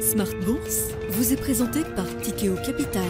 Smart Bourse vous est présenté par Tikeo Capital.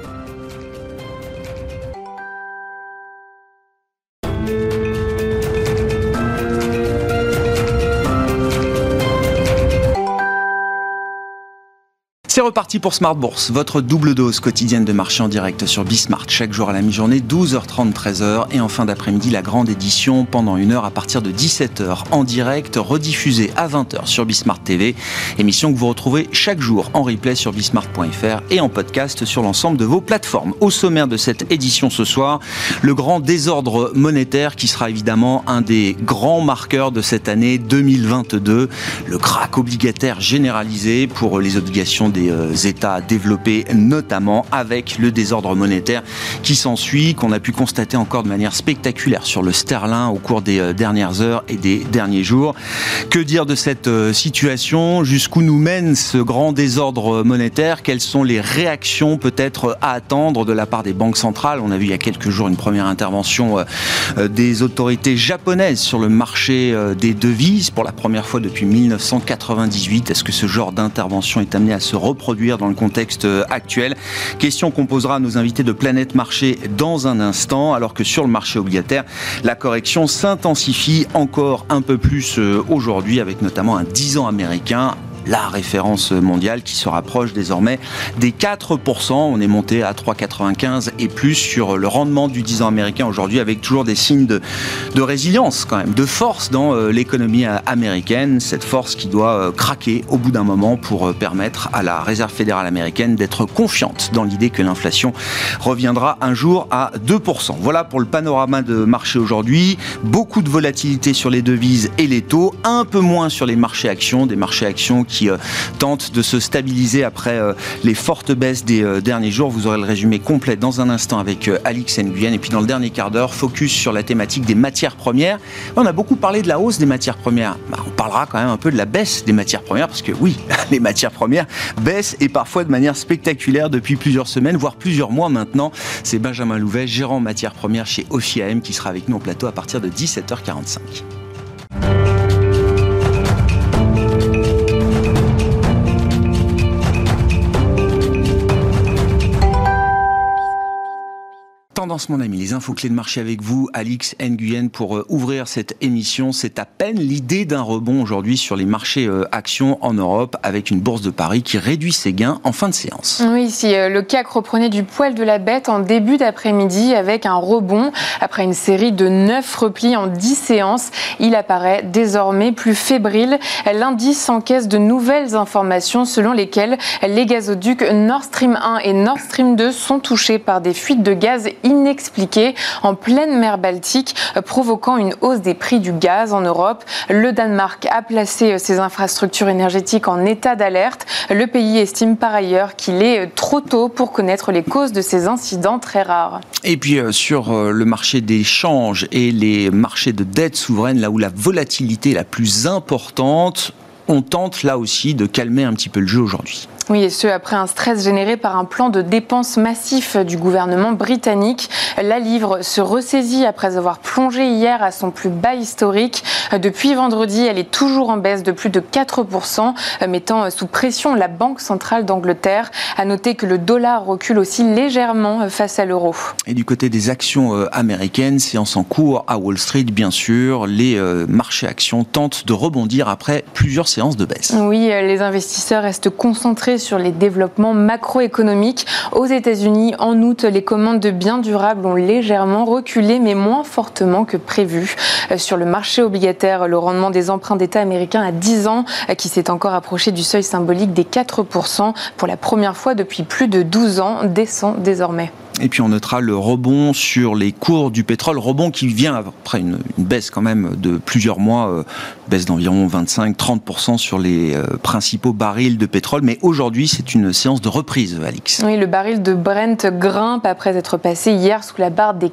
C'est reparti pour Smart Bourse, votre double dose quotidienne de marché en direct sur Bismart. Chaque jour à la mi-journée, 12h30, 13h. Et en fin d'après-midi, la grande édition pendant 1 heure à partir de 17h en direct, rediffusée à 20h sur Bismart TV. Émission que vous retrouvez chaque jour en replay sur bismart.fr et en podcast sur l'ensemble de vos plateformes. Au sommaire de cette édition ce soir, le grand désordre monétaire qui sera évidemment un des grands marqueurs de cette année 2022. Le krach obligataire généralisé pour les obligations des États développés, notamment avec le désordre monétaire qui s'ensuit, qu'on a pu constater encore de manière spectaculaire sur le sterling au cours des dernières heures et des derniers jours. Que dire de cette situation? Jusqu'où nous mène ce grand désordre monétaire? Quelles sont les réactions peut-être à attendre de la part des banques centrales? On a vu il y a quelques jours une première intervention des autorités japonaises sur le marché des devises pour la première fois depuis 1998. Est-ce que ce genre d'intervention est amené à se reproduire dans le contexte actuel? Question qu'on posera à nos invités de Planète Marché dans un instant, alors que sur le marché obligataire, la correction s'intensifie encore un peu plus aujourd'hui, avec notamment un 10 ans américain, la référence mondiale qui se rapproche désormais des 4%. On est monté à 3,95 et plus sur le rendement du 10 ans américain aujourd'hui, avec toujours des signes de résilience quand même, de force dans l'économie américaine. Cette force qui doit craquer au bout d'un moment pour permettre à la Réserve fédérale américaine d'être confiante dans l'idée que l'inflation reviendra un jour à 2%. Voilà pour le panorama de marché aujourd'hui. Beaucoup de volatilité sur les devises et les taux, un peu moins sur les marchés actions, des marchés actions qui tentent de se stabiliser après les fortes baisses des derniers jours. Vous aurez le résumé complet dans un instant avec Alix Nguyen. Et puis dans le dernier quart d'heure, focus sur la thématique des matières premières. On a beaucoup parlé de la hausse des matières premières. On parlera quand même un peu de la baisse des matières premières, parce que oui, les matières premières baissent et parfois de manière spectaculaire depuis plusieurs semaines, voire plusieurs mois maintenant. C'est Benjamin Louvet, gérant matières premières chez OFI-AM, qui sera avec nous en plateau à partir de 17h45. Tendance, mon ami, les infos clés de marché avec vous, Alix Nguyen, pour ouvrir cette émission. C'est à peine l'idée d'un rebond aujourd'hui sur les marchés actions en Europe, avec une bourse de Paris qui réduit ses gains en fin de séance. Oui, si le CAC reprenait du poil de la bête en début d'après-midi avec un rebond après une série de 9 replis en 10 séances, il apparaît désormais plus fébrile. L'indice encaisse de nouvelles informations selon lesquelles les gazoducs Nord Stream 1 et Nord Stream 2 sont touchés par des fuites de gaz inexpliquée en pleine mer Baltique, provoquant une hausse des prix du gaz en Europe. Le Danemark a placé ses infrastructures énergétiques en état d'alerte. Le pays estime par ailleurs qu'il est trop tôt pour connaître les causes de ces incidents très rares. Et puis sur le marché des changes et les marchés de dette souveraine, là où la volatilité est la plus importante, on tente là aussi de calmer un petit peu le jeu aujourd'hui. Oui, et ce, après un stress généré par un plan de dépenses massif du gouvernement britannique. La livre se ressaisit après avoir plongé hier à son plus bas historique. Depuis vendredi, elle est toujours en baisse de plus de 4%, mettant sous pression la Banque centrale d'Angleterre. À noter que le dollar recule aussi légèrement face à l'euro. Et du côté des actions américaines, séance en cours à Wall Street, bien sûr, les marchés actions tentent de rebondir après plusieurs séances de baisse. Oui, les investisseurs restent concentrés sur les développements macroéconomiques. Aux États-Unis, en août, les commandes de biens durables ont légèrement reculé, mais moins fortement que prévu. Sur le marché obligataire, le rendement des emprunts d'État américains à 10 ans, qui s'est encore approché du seuil symbolique des 4% pour la première fois depuis plus de 12 ans, descend désormais. Et puis on notera le rebond sur les cours du pétrole, rebond qui vient après une baisse quand même de plusieurs mois, baisse d'environ 25-30% sur les principaux barils de pétrole. Mais aujourd'hui, c'est une séance de reprise, Alix. Oui, le baril de Brent grimpe après être passé hier sous la barre des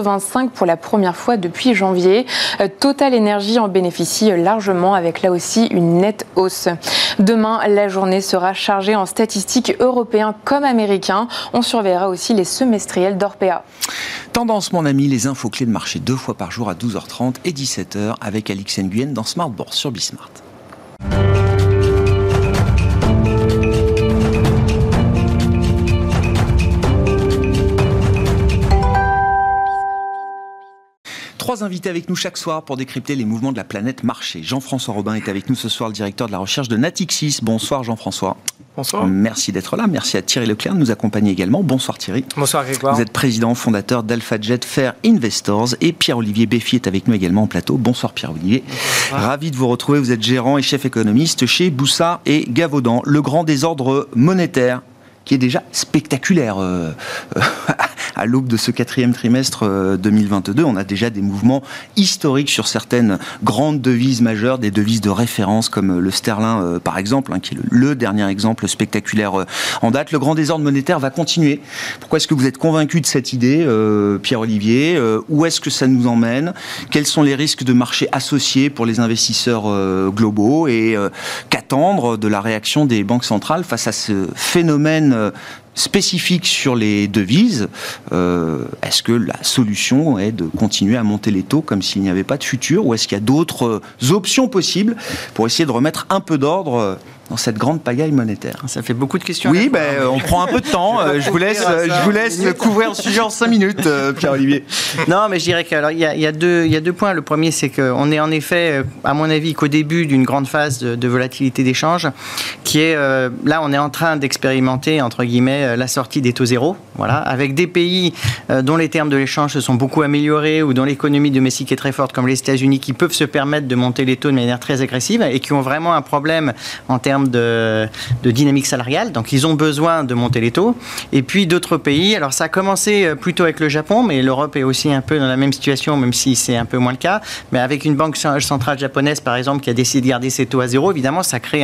85 pour la première fois depuis janvier. Total Energy en bénéficie largement avec là aussi une nette hausse. Demain, la journée sera chargée en statistiques européens comme américains. On surveillera aussi les semestriels d'Orpea. Tendance, mon ami, les infos clés de marché 2 fois par jour à 12h30 et 17h avec Alix Nguyen dans Smart Bourse sur Bismart. 3 invités avec nous chaque soir pour décrypter les mouvements de la planète marché. Jean-François Robin est avec nous ce soir, le directeur de la recherche de Natixis. Bonsoir Jean-François. Bonsoir. Merci d'être là. Merci à Thierry Leclerc de nous accompagner également. Bonsoir Thierry. Bonsoir Grégoire. Vous êtes président fondateur d'AlphaJet Fair Investors et Pierre-Olivier Béfi est avec nous également en plateau. Bonsoir Pierre-Olivier. Ravi de vous retrouver. Vous êtes gérant et chef économiste chez Boussard et Gavaudan. Le grand désordre monétaire qui est déjà spectaculaire à l'aube de ce 4e trimestre 2022. On a déjà des mouvements historiques sur certaines grandes devises majeures, des devises de référence comme le sterling par exemple, qui est le dernier exemple spectaculaire en date. Le grand désordre monétaire va continuer. Pourquoi est-ce que vous êtes convaincu de cette idée, Pierre-Olivier ? Où est-ce que ça nous emmène ? Quels sont les risques de marché associés pour les investisseurs globaux ? Et qu'attendre de la réaction des banques centrales face à ce phénomène spécifique sur les devises? Est-ce que la solution est de continuer à monter les taux comme s'il n'y avait pas de futur, ou est-ce qu'il y a d'autres options possibles pour essayer de remettre un peu d'ordre dans cette grande pagaille monétaire? Ça fait beaucoup de questions. Oui, on prend un peu de temps. Je vous laisse couvrir le sujet en 5 minutes, Pierre-Olivier. Non, mais je dirais qu'il y a deux points. Le premier, c'est qu'on est en effet, à mon avis, qu'au début d'une grande phase de volatilité d'échange, qui est, là, on est en train d'expérimenter, entre guillemets, la sortie des taux zéro, voilà, avec des pays dont les termes de l'échange se sont beaucoup améliorés ou dont l'économie domestique est très forte, comme les États-Unis, qui peuvent se permettre de monter les taux de manière très agressive et qui ont vraiment un problème en termes de dynamique salariale, donc ils ont besoin de monter les taux. Et puis d'autres pays, alors ça a commencé plutôt avec le Japon, mais l'Europe est aussi un peu dans la même situation, même si c'est un peu moins le cas, mais avec une banque centrale japonaise par exemple qui a décidé de garder ses taux à zéro, évidemment ça crée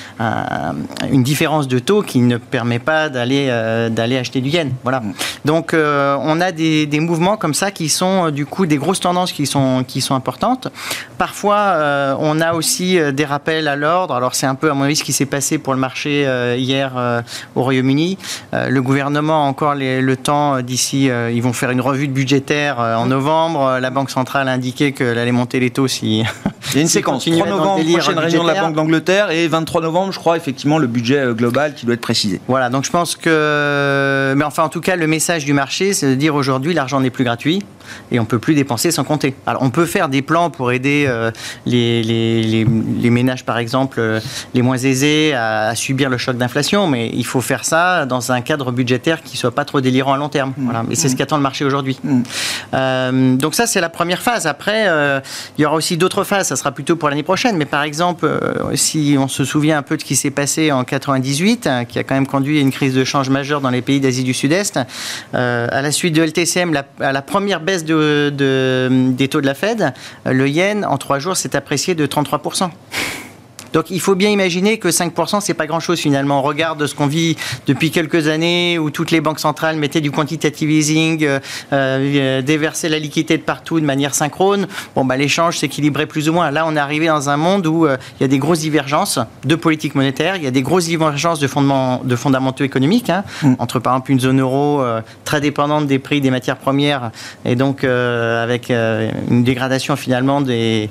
une différence de taux qui ne permet pas d'aller acheter du yen. Voilà. Donc on a des mouvements comme ça qui sont du coup des grosses tendances qui sont importantes. Parfois on a aussi des rappels à l'ordre. Alors c'est un peu à mon avis ce qui s'est passé pour le marché hier au Royaume-Uni. Le gouvernement a encore le temps d'ici, ils vont faire une revue budgétaire en novembre. La Banque centrale a indiqué qu'elle allait monter les taux si... Il y a une séquence, 3 novembre, prochaine réunion de la Banque d'Angleterre, et 23 novembre, je crois, effectivement, le budget global qui doit être précisé. Voilà, donc je pense que... Mais enfin, en tout cas, le message du marché, c'est de dire aujourd'hui, l'argent n'est plus gratuit et on ne peut plus dépenser sans compter. Alors, on peut faire des plans pour aider les ménages, par exemple, les moins aisés à subir le choc d'inflation, mais il faut faire ça dans un cadre budgétaire qui ne soit pas trop délirant à long terme. Voilà. Et c'est ce qu'attend le marché aujourd'hui. Donc ça, c'est la première phase. Après, il y aura aussi d'autres phases. Ça sera plutôt pour l'année prochaine. Mais par exemple, si on se souvient un peu de ce qui s'est passé en 98, qui a quand même conduit à une crise de change majeure dans les pays d'Asie du Sud-Est, à la suite de LTCM, à la première baisse des taux de la Fed, le yen, en 3 jours, s'est apprécié de 33%. Donc il faut bien imaginer que 5%, c'est pas grand-chose finalement. On regarde ce qu'on vit depuis quelques années où toutes les banques centrales mettaient du quantitative easing, déversaient la liquidité de partout de manière synchrone. L'échange s'équilibrait plus ou moins. Là, on est arrivé dans un monde où il y a des grosses divergences de politique monétaire, il y a des grosses divergences de fondamentaux économiques, entre par exemple une zone euro très dépendante des prix des matières premières et donc avec une dégradation finalement de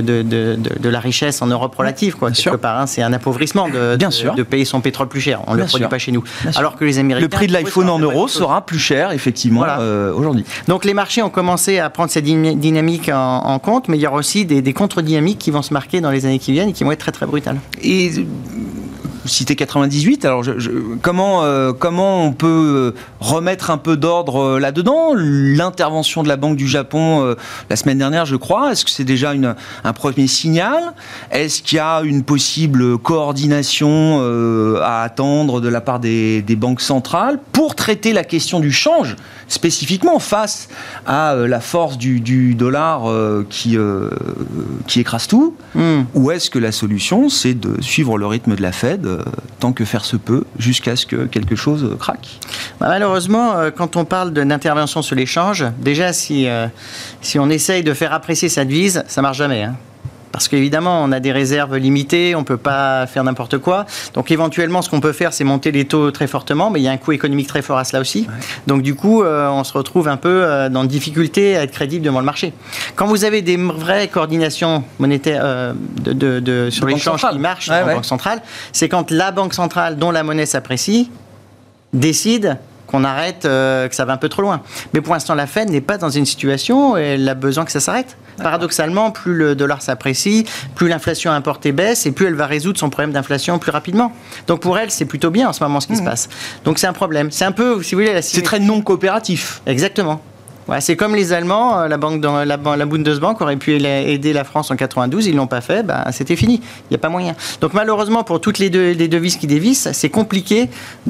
la richesse en Europe relative, quoi. Quelque part, c'est un appauvrissement de payer son pétrole plus cher. On ne le produit pas chez nous. Alors que les Américains... Le prix de l'iPhone en euros sera plus cher, effectivement, aujourd'hui. Donc les marchés ont commencé à prendre cette dynamique en compte, mais il y aura aussi des contre-dynamiques qui vont se marquer dans les années qui viennent et qui vont être très très brutales. Et... Vous citez 98, alors comment on peut remettre un peu d'ordre là-dedans ? L'intervention de la Banque du Japon la semaine dernière, je crois, est-ce que c'est déjà un premier signal ? Est-ce qu'il y a une possible coordination à attendre de la part des banques centrales pour traiter la question du change, spécifiquement face à la force du dollar qui écrase tout ? Ou est-ce que la solution, c'est de suivre le rythme de la Fed tant que faire se peut, jusqu'à ce que quelque chose craque? Malheureusement, quand on parle d'intervention sur l'échange, déjà si on essaye de faire apprécier sa devise, ça ne marche jamais. Parce qu'évidemment, on a des réserves limitées, on ne peut pas faire n'importe quoi. Donc éventuellement, ce qu'on peut faire, c'est monter les taux très fortement, mais il y a un coût économique très fort à cela aussi. Ouais. Donc du coup, on se retrouve un peu dans une difficulté à être crédible devant le marché. Quand vous avez des vraies coordinations monétaires sur l'échange qui marchent en banque centrale, c'est quand la banque centrale dont la monnaie s'apprécie décide qu'on arrête, que ça va un peu trop loin. Mais pour l'instant, la Fed n'est pas dans une situation où elle a besoin que ça s'arrête. Paradoxalement, plus le dollar s'apprécie, plus l'inflation importée baisse et plus elle va résoudre son problème d'inflation plus rapidement. Donc pour elle, c'est plutôt bien en ce moment ce qui se passe. Donc c'est un problème. C'est un peu, si vous voulez, c'est très non coopératif. Exactement. Ouais, c'est comme les Allemands, la Bundesbank aurait pu aider la France en 92, ils l'ont pas fait, c'était fini, il n'y a pas moyen. Donc malheureusement pour toutes les devises qui dévissent, c'est compliqué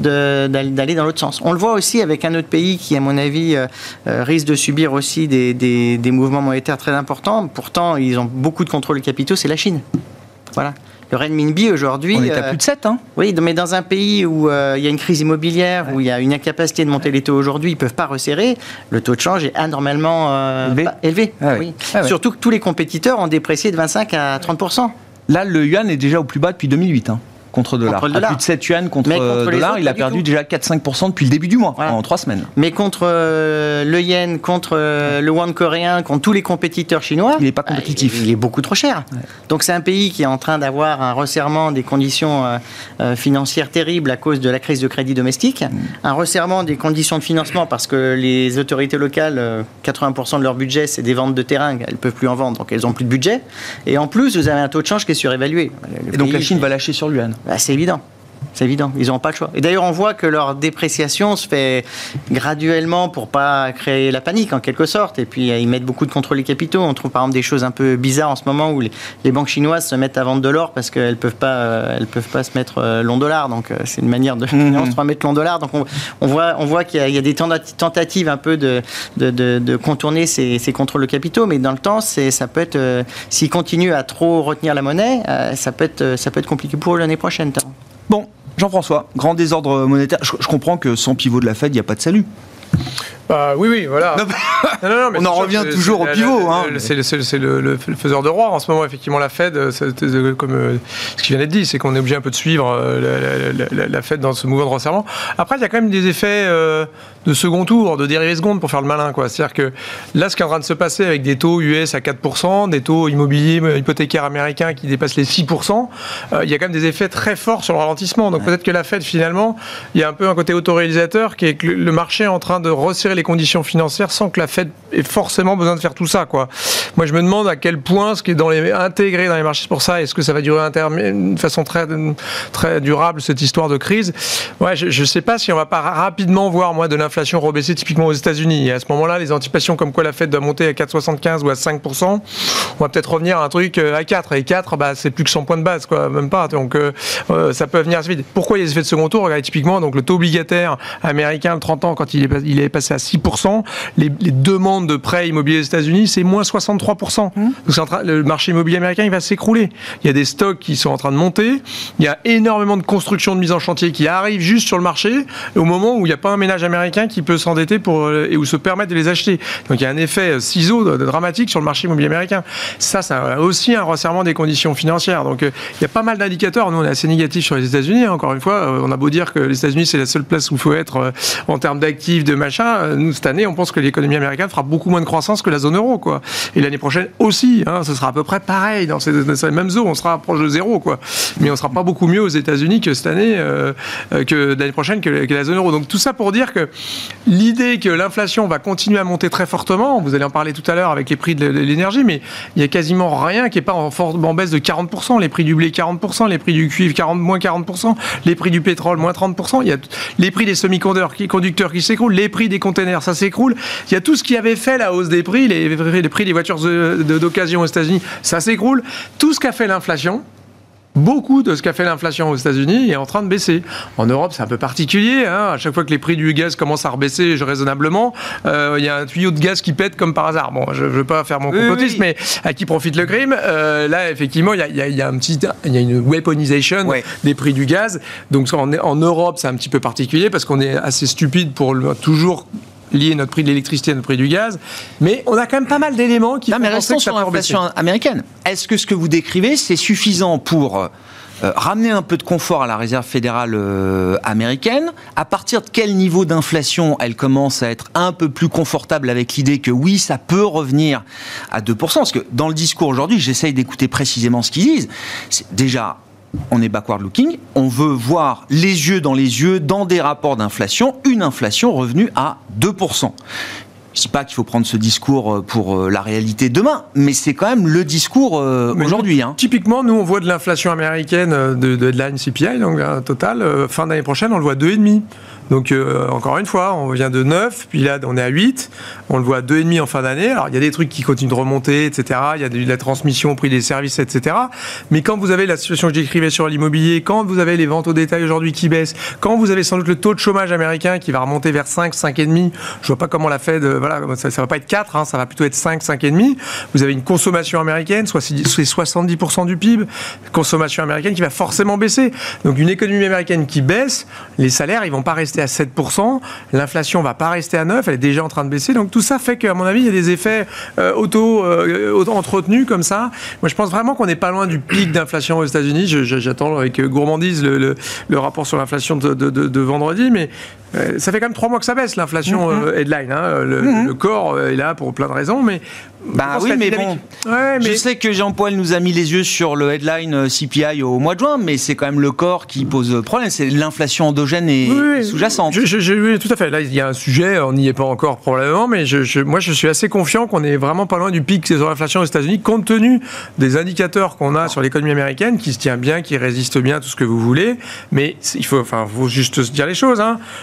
d'aller dans l'autre sens. On le voit aussi avec un autre pays qui, à mon avis, risque de subir aussi des mouvements monétaires très importants. Pourtant, ils ont beaucoup de contrôle de capitaux, c'est la Chine. Voilà. Le renminbi aujourd'hui... On est à plus de 7, hein. Oui, mais dans un pays où il y a une crise immobilière, où il y a une incapacité de monter les taux aujourd'hui, ils ne peuvent pas resserrer, le taux de change est anormalement élevé. Oui. Surtout que tous les compétiteurs ont déprécié de 25 à 30%. Là, le yuan est déjà au plus bas depuis 2008, hein. Contre le dollar. À plus de 7 yuan contre le dollar, il a perdu déjà 4-5% depuis le début du mois, en 3 semaines. Mais contre le yen, contre le won coréen, contre tous les compétiteurs chinois, il n'est pas compétitif. Il est beaucoup trop cher. Ouais. Donc c'est un pays qui est en train d'avoir un resserrement des conditions financières terribles à cause de la crise de crédit domestique, un resserrement des conditions de financement parce que les autorités locales, 80% de leur budget, c'est des ventes de terrain, elles ne peuvent plus en vendre, donc elles n'ont plus de budget. Et en plus, vous avez un taux de change qui est surévalué. Et donc la Chine va lâcher sur l'yuan. C'est évident. C'est évident, ils n'ont pas le choix. Et d'ailleurs, on voit que leur dépréciation se fait graduellement pour pas créer la panique en quelque sorte. Et puis, ils mettent beaucoup de contrôle des capitaux. On trouve par exemple des choses un peu bizarres en ce moment où les banques chinoises se mettent à vendre de l'or parce qu'elles peuvent pas se mettre long dollar. Donc, c'est une manière de finance pour mettre long dollar. Donc, on voit qu'il y a des tentatives un peu de contourner ces contrôles de capitaux. Mais dans le temps, ça peut être, s'ils continuent à trop retenir la monnaie, ça peut être compliqué pour eux l'année prochaine. Bon, Jean-François, grand désordre monétaire. Je comprends que sans pivot de la Fed, il n'y a pas de salut. Oui, voilà. Non, mais on en revient toujours au pivot. C'est le faiseur de roi. En ce moment, effectivement, la Fed, comme ce qui vient d'être dit, c'est qu'on est obligé un peu de suivre la Fed dans ce mouvement de resserrement. Après, il y a quand même des effets de second tour, de dérivés secondes pour faire le malin, quoi. C'est-à-dire que là, ce qui est en train de se passer avec des taux US à 4%, des taux immobiliers hypothécaires américains qui dépassent les 6%, il y a quand même des effets très forts sur le ralentissement. Donc peut-être que la Fed, finalement, il y a un peu un côté autoréalisateur qui est que le marché est en train de resserrer les conditions financières sans que la Fed ait forcément besoin de faire tout ça, quoi. Moi, je me demande à quel point ce qui est intégré dans les marchés pour ça, est-ce que ça va durer de façon très, très durable, cette histoire de crise. Ouais, je ne sais pas si on va pas rapidement voir, moi, de l'inflation rebaisser typiquement aux États-Unis. Et à ce moment-là, les anticipations comme quoi la Fed doit monter à 4,75 ou à 5%, on va peut-être revenir à un truc à 4. Et 4, c'est plus que 100 points de base, quoi, même pas. Donc, ça peut venir assez vite. Pourquoi il y a des effets de second tour? Regardez typiquement, donc, le taux obligataire américain, le 30 ans, quand il est passé à 6%, les demandes de prêts immobiliers aux États-Unis, c'est moins 63%. Donc le marché immobilier américain, il va s'écrouler. Il y a des stocks qui sont en train de monter. Il y a énormément de construction de mise en chantier qui arrivent juste sur le marché au moment où il n'y a pas un ménage américain qui peut s'endetter et où se permettre de les acheter. Donc il y a un effet ciseau dramatique sur le marché immobilier américain. Ça a aussi un resserrement des conditions financières. Donc il y a pas mal d'indicateurs. Nous, on est assez négatifs sur les États-Unis. Encore une fois, on a beau dire que les États-Unis, c'est la seule place où il faut être en termes d'actifs, de machin. Nous, cette année, on pense que l'économie américaine fera beaucoup moins de croissance que la zone euro, quoi. Et l'année prochaine aussi, ce sera à peu près pareil dans ces mêmes zones. On sera proche de zéro, quoi. Mais on sera pas beaucoup mieux aux États-Unis que cette année, que l'année prochaine, que la zone euro. Donc tout ça pour dire que l'idée que l'inflation va continuer à monter très fortement, vous allez en parler tout à l'heure avec les prix de l'énergie, mais il y a quasiment rien qui est pas en baisse de 40%. Les prix du blé 40%, les prix du cuivre moins 40%, les prix du pétrole moins 30%. Il y a les prix des semi-conducteurs qui s'écroulent, les prix des containers, ça s'écroule. Il y a tout ce qui avait fait la hausse des prix, les prix des voitures d'occasion aux États-Unis, ça s'écroule. Tout ce qu'a fait l'inflation, beaucoup de ce qu'a fait l'inflation aux États-Unis est en train de baisser. En Europe, c'est un peu particulier. À chaque fois que les prix du gaz commencent à rebaisser raisonnablement, il y a un tuyau de gaz qui pète comme par hasard. Bon, je ne veux pas faire mon complotiste, mais à qui profite le crime? Là, effectivement, il y a une weaponisation des prix du gaz. Donc, en Europe, c'est un petit peu particulier parce qu'on est assez stupide pour toujours lier notre prix de l'électricité à notre prix du gaz, mais on a quand même pas mal d'éléments qui font penser que ça peut rebaisser. Sur l'inflation américaine, est-ce que ce que vous décrivez, c'est suffisant pour ramener un peu de confort à la réserve fédérale américaine? À partir de quel niveau d'inflation elle commence à être un peu plus confortable avec l'idée que oui, ça peut revenir à 2%? Parce que dans le discours aujourd'hui, j'essaye d'écouter précisément ce qu'ils disent. C'est déjà, on est backward-looking, on veut voir les yeux dans des rapports d'inflation, une inflation revenue à 2%. Je ne dis pas qu'il faut prendre ce discours pour la réalité demain, mais c'est quand même le discours aujourd'hui. Typiquement, nous, on voit de l'inflation américaine de headline CPI, donc total, fin d'année prochaine, on le voit à 2,5. Donc, encore une fois, on vient de 9, puis là, on est à 8, on le voit à 2,5 en fin d'année. Alors, il y a des trucs qui continuent de remonter, etc. Il y a de la transmission au prix des services, etc. Mais quand vous avez la situation que je décrivais sur l'immobilier, quand vous avez les ventes au détail aujourd'hui qui baissent, quand vous avez sans doute le taux de chômage américain qui va remonter vers 5, 5,5, je vois pas comment la Fed, ça va pas être 4, ça va plutôt être 5, 5,5. Vous avez une consommation américaine, soit c'est 70% du PIB, consommation américaine qui va forcément baisser. Donc, une économie américaine qui baisse, les salaires, ils vont pas rester à 7%, l'inflation va pas rester à 9%, elle est déjà en train de baisser. Donc tout ça fait qu'à mon avis, il y a des effets auto-entretenus comme ça. Moi, je pense vraiment qu'on n'est pas loin du pic d'inflation aux États-Unis. J'attends avec gourmandise le rapport sur l'inflation de vendredi, mais ça fait quand même 3 mois que ça baisse, l'inflation headline. Le corps est là pour plein de raisons, mais... Je sais que Jean-Paul nous a mis les yeux sur le headline CPI au mois de juin, mais c'est quand même le corps qui pose problème. C'est l'inflation endogène et sous-jacente. Oui, tout à fait. Là, il y a un sujet, on n'y est pas encore probablement, mais moi, je suis assez confiant qu'on est vraiment pas loin du pic de l'inflation aux États-Unis, compte tenu des indicateurs qu'on a sur l'économie américaine, qui se tient bien, qui résiste bien, tout ce que vous voulez. Mais il faut juste se dire les choses.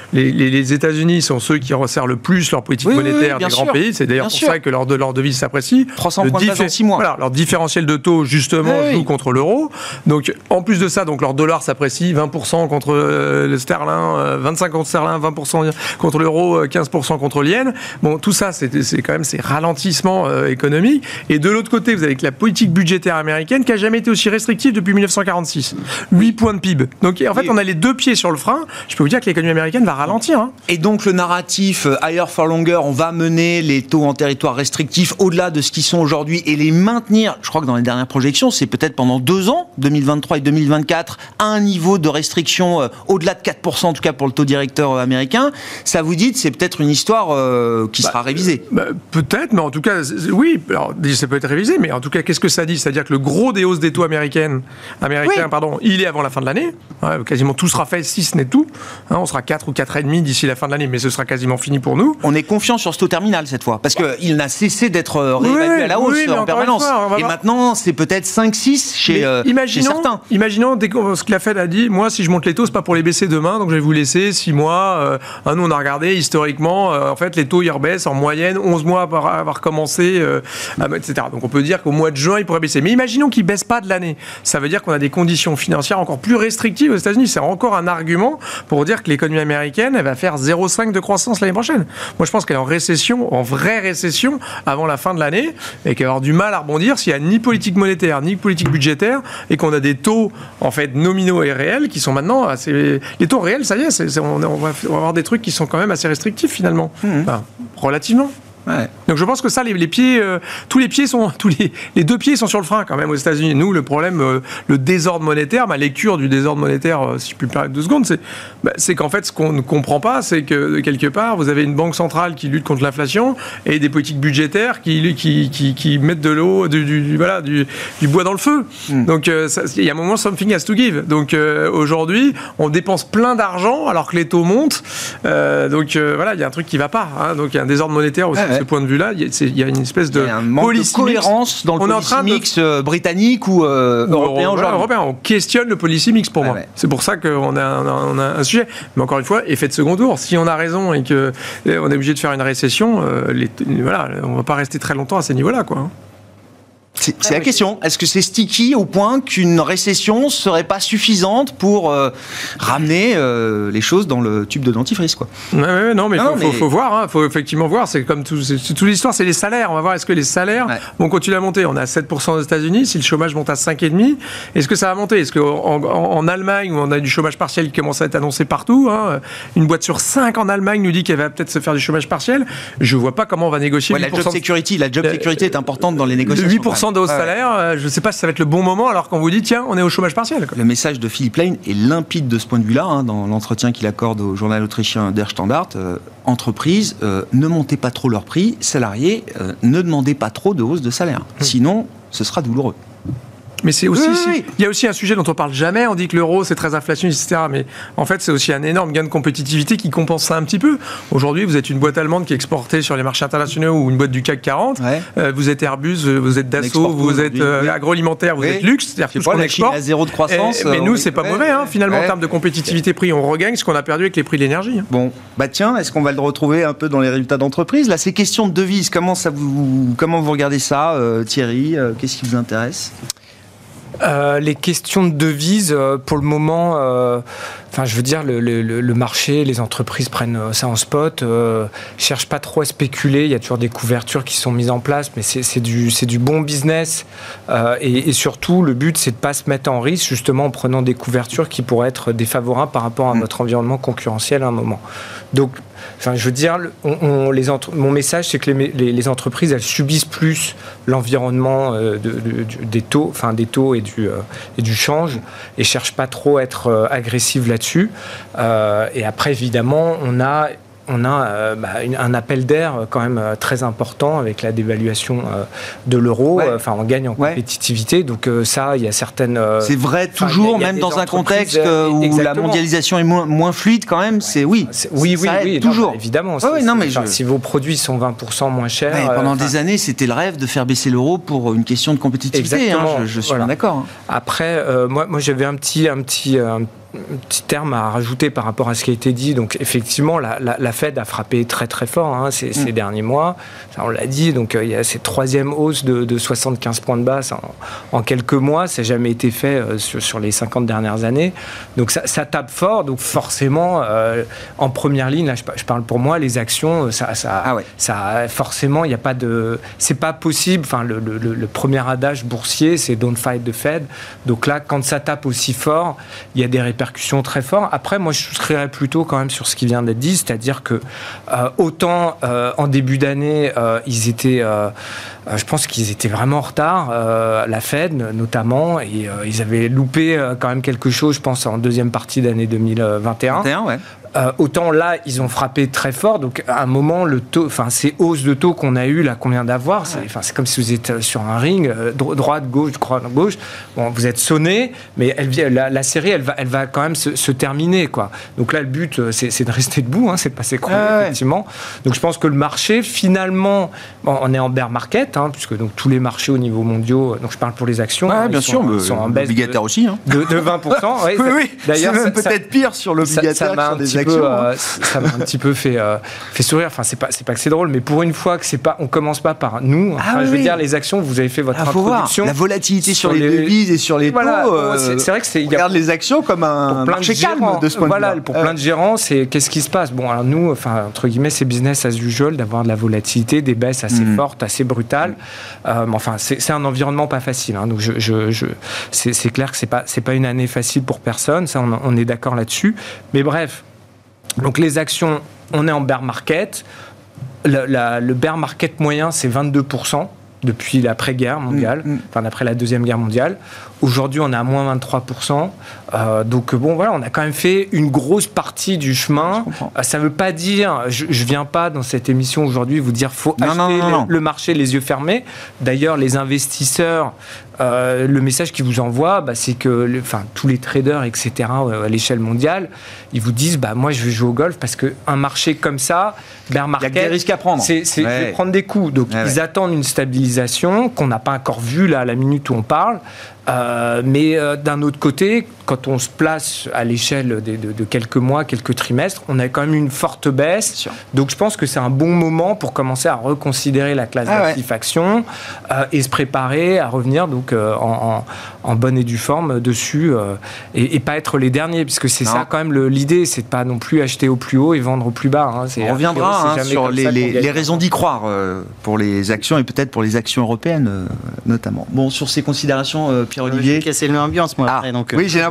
Les États-Unis sont ceux qui resserrent le plus leur politique monétaire des grands pays. C'est d'ailleurs pour ça que leur devise s'apprécie. 300 points de base en 6 mois. Voilà, leur différentiel de taux, justement, joue contre l'euro. Donc, en plus de ça, leur dollar s'apprécie 20% contre le sterling, 25% contre le sterling, 20% contre l'euro, 15% contre l'yen. Bon, tout ça, c'est quand même ces ralentissements économiques. Et de l'autre côté, vous avez la politique budgétaire américaine qui n'a jamais été aussi restrictive depuis 1946. 8 points de PIB. Donc, en fait, on a les deux pieds sur le frein. Je peux vous dire que l'économie américaine va ralentir. Et donc, le narratif higher for longer, on va mener les taux en territoire restrictif au-delà de ce qu'ils sont aujourd'hui et les maintenir, je crois que dans les dernières projections, c'est peut-être pendant 2 ans, 2023 et 2024, à un niveau de restriction au-delà de 4%, en tout cas pour le taux directeur américain. Ça vous dit, c'est peut-être une histoire qui sera révisée. Peut-être, mais en tout cas, oui, alors, ça peut être révisé, mais en tout cas, qu'est-ce que ça dit ? C'est-à-dire que le gros des hausses des taux américains, il est avant la fin de l'année. Quasiment tout sera fait, si ce n'est tout. On sera 4 ou 4,5 d'ici la fin de l'année, mais ce sera quasiment fini pour nous. On est confiant sur ce taux terminal cette fois, parce qu'il n'a cessé d'être réévalué à la hausse en permanence. Et maintenant, c'est peut-être 5-6 chez certains. Imaginons, ce que la Fed a dit, moi, si je monte les taux, c'est pas pour les baisser demain, donc je vais vous laisser 6 mois. Nous, on a regardé historiquement, en fait, les taux, ils rebaissent en moyenne 11 mois après avoir commencé, etc. Donc, on peut dire qu'au mois de juin, ils pourraient baisser. Mais imaginons qu'ils baissent pas de l'année. Ça veut dire qu'on a des conditions financières encore plus restrictives aux États-Unis. C'est encore un argument pour dire que l'économie américaine, elle va faire 0,5 de croissance l'année prochaine. Moi, je pense qu'elle est en récession, en vraie récession, avant la fin de l'année, et qu'elle va avoir du mal à rebondir s'il n'y a ni politique monétaire, ni politique budgétaire, et qu'on a des taux, en fait, nominaux et réels qui sont maintenant assez... Les taux réels, ça y est, on va avoir des trucs qui sont quand même assez restrictifs, finalement. Enfin, relativement. Ouais. Donc je pense que ça, les pieds, les deux pieds sont sur le frein quand même aux États-Unis. Nous, le problème, le désordre monétaire, ma lecture du désordre monétaire, si je puis me permettre 2 secondes, c'est qu'en fait, ce qu'on ne comprend pas, c'est que quelque part, vous avez une banque centrale qui lutte contre l'inflation et des politiques budgétaires qui mettent de l'eau, du bois dans le feu. Donc il y a un moment, something has to give. Donc aujourd'hui, on dépense plein d'argent alors que les taux montent. Donc il y a un truc qui ne va pas. Donc il y a un désordre monétaire aussi. De ce point de vue-là, il y a une espèce de cohérence dans le policy mix britannique ou européen aujourd'hui. Européen, on questionne le policy mix pour moi. Ouais. C'est pour ça qu'on a un sujet. Mais encore une fois, effet de second tour. Si on a raison et qu'on est obligé de faire une récession, on ne va pas rester très longtemps à ces niveaux-là, quoi. C'est la question. Est-ce que c'est sticky au point qu'une récession ne serait pas suffisante pour ramener les choses dans le tube de dentifrice, quoi? Non, mais il faut voir. Faut effectivement voir. C'est comme toute l'histoire, c'est les salaires. On va voir, est-ce que les salaires vont continuer à monter? On est à 7% aux États-Unis. Si le chômage monte à 5,5%, est-ce que ça va monter? Est-ce qu'en Allemagne, où on a du chômage partiel qui commence à être annoncé partout, une boîte sur 5 en Allemagne nous dit qu'elle va peut-être se faire du chômage partiel, je ne vois pas comment on va négocier. La job security est importante dans les négociations. 8% de hausse salaire, je ne sais pas si ça va être le bon moment alors qu'on vous dit tiens, on est au chômage partiel. Le message de Philippe Lane est limpide de ce point de vue-là, dans l'entretien qu'il accorde au journal autrichien Der Standard. Entreprises, ne montez pas trop leurs prix, salariés, ne demandez pas trop de hausse de salaire. Sinon, ce sera douloureux. Mais c'est aussi, il y a aussi un sujet dont on parle jamais. On dit que l'euro c'est très inflationniste, etc. Mais en fait, c'est aussi un énorme gain de compétitivité qui compense ça un petit peu. Aujourd'hui, vous êtes une boîte allemande qui est exportée sur les marchés internationaux ou une boîte du CAC 40. Vous êtes Airbus, vous êtes Dassault, vous êtes agroalimentaire, vous êtes luxe. C'est-à-dire tout ce qu'on exporte. La Chine à 0 de croissance. Mais nous, c'est pas mauvais. Finalement, en termes de compétitivité prix, on regagne ce qu'on a perdu avec les prix de l'énergie. Bon, tiens, est-ce qu'on va le retrouver un peu dans les résultats d'entreprise? Là, ces questions de devises, comment vous regardez ça, Thierry? Qu'est-ce qui vous intéresse? Les questions de devises, pour le moment, je veux dire, le marché, les entreprises prennent ça en spot, cherchent pas trop à spéculer. Il y a toujours des couvertures qui sont mises en place, mais c'est du bon business. Et surtout, le but, c'est de pas se mettre en risque, justement, en prenant des couvertures qui pourraient être défavorables par rapport à notre environnement concurrentiel à un moment. Donc, je veux dire, mon message, c'est que les entreprises, elles subissent plus l'environnement des taux et du change, et cherchent pas trop à être agressives là-dessus. Et après, évidemment, on a un appel d'air quand même très important avec la dévaluation de l'euro. On gagne en compétitivité. Donc ça, il y a certaines... c'est vrai toujours, même dans un contexte où la mondialisation est moins fluide quand même. Oui, toujours. Évidemment. Si vos produits sont 20% moins chers... pendant des années, c'était le rêve de faire baisser l'euro pour une question de compétitivité. Je suis bien d'accord. Après, moi j'avais un petit terme à rajouter par rapport à ce qui a été dit. Donc effectivement, la Fed a frappé très très fort ces derniers mois. Ça, on l'a dit. Donc il y a cette troisième hausse de 75 points de base en quelques mois. Ça n'a jamais été fait sur les 50 dernières années. Donc ça tape fort. Donc forcément, en première ligne, là, je parle pour moi, les actions, ça forcément, il n'y a pas de... C'est pas possible. Le premier adage boursier, c'est don't fight the Fed. Donc là, quand ça tape aussi fort, il y a des répercussions très fortes. Après, moi, je souscrirais plutôt quand même sur ce qui vient d'être dit, c'est-à-dire que autant en début d'année, je pense qu'ils étaient vraiment en retard, la Fed notamment, et ils avaient loupé quand même quelque chose, je pense, en deuxième partie d'année 2021. Autant là, ils ont frappé très fort. Donc, à un moment, le taux, ces hausses de taux qu'on a eues là, qu'on vient d'avoir, c'est comme si vous êtes sur un ring, droite, gauche. Bon, vous êtes sonné, mais la série, elle va quand même se terminer, quoi. Donc là, le but, c'est de rester debout, c'est de pas s'écrouler, effectivement. Donc, je pense que le marché, finalement, on est en bear market, puisque donc tous les marchés au niveau mondial, donc je parle pour les actions, bien sûr, ils sont en baisse obligataire aussi, de 20%. Oui. D'ailleurs, c'est même peut-être pire sur l'obligataire que sur des actions. Ça m'a un petit peu fait sourire. C'est pas que c'est drôle, mais pour une fois que on commence pas par nous. Je veux dire, les actions, vous avez fait votre introduction. La volatilité sur les devises et sur les taux. C'est vrai que on regarde les actions comme un marché calme de ce point de vue. Pour plein de gérants, c'est qu'est-ce qui se passe. Bon, alors nous, entre guillemets, c'est business as usual d'avoir de la volatilité, des baisses assez fortes, assez brutales. C'est un environnement pas facile. Donc c'est clair que c'est pas une année facile pour personne. Ça, on est d'accord là-dessus. Mais bref. Donc les actions, on est en bear market. Le bear market moyen, c'est 22% depuis l'après-guerre mondiale, après la Deuxième Guerre mondiale. Aujourd'hui, on est à moins 23%. Donc, on a quand même fait une grosse partie du chemin. Ça ne veut pas dire... Je ne viens pas dans cette émission aujourd'hui vous dire faut acheter le marché les yeux fermés. D'ailleurs, les investisseurs, le message qu'ils vous envoient, c'est que tous les traders, etc., à l'échelle mondiale, ils vous disent moi, je vais jouer au golf parce qu'un marché comme ça, bear market, il y a des risques à prendre. Je vais prendre des coups. Donc, ils attendent une stabilisation qu'on n'a pas encore vue là, à la minute où on parle. Mais d'un autre côté, quand on se place à l'échelle de quelques mois, quelques trimestres, on a quand même une forte baisse. Donc je pense que c'est un bon moment pour commencer à reconsidérer la classe d'actifs actions et se préparer à revenir donc, en bonne et due forme dessus et pas être les derniers, puisque c'est ça quand même l'idée, c'est de pas non plus acheter au plus haut et vendre au plus bas. On reviendra sur les raisons d'y croire pour les actions et peut-être pour les actions européennes notamment. Bon, sur ces considérations, Pierre-Olivier. J'ai cassé l'ambiance, moi. Après, donc, oui, j'ai l'impression.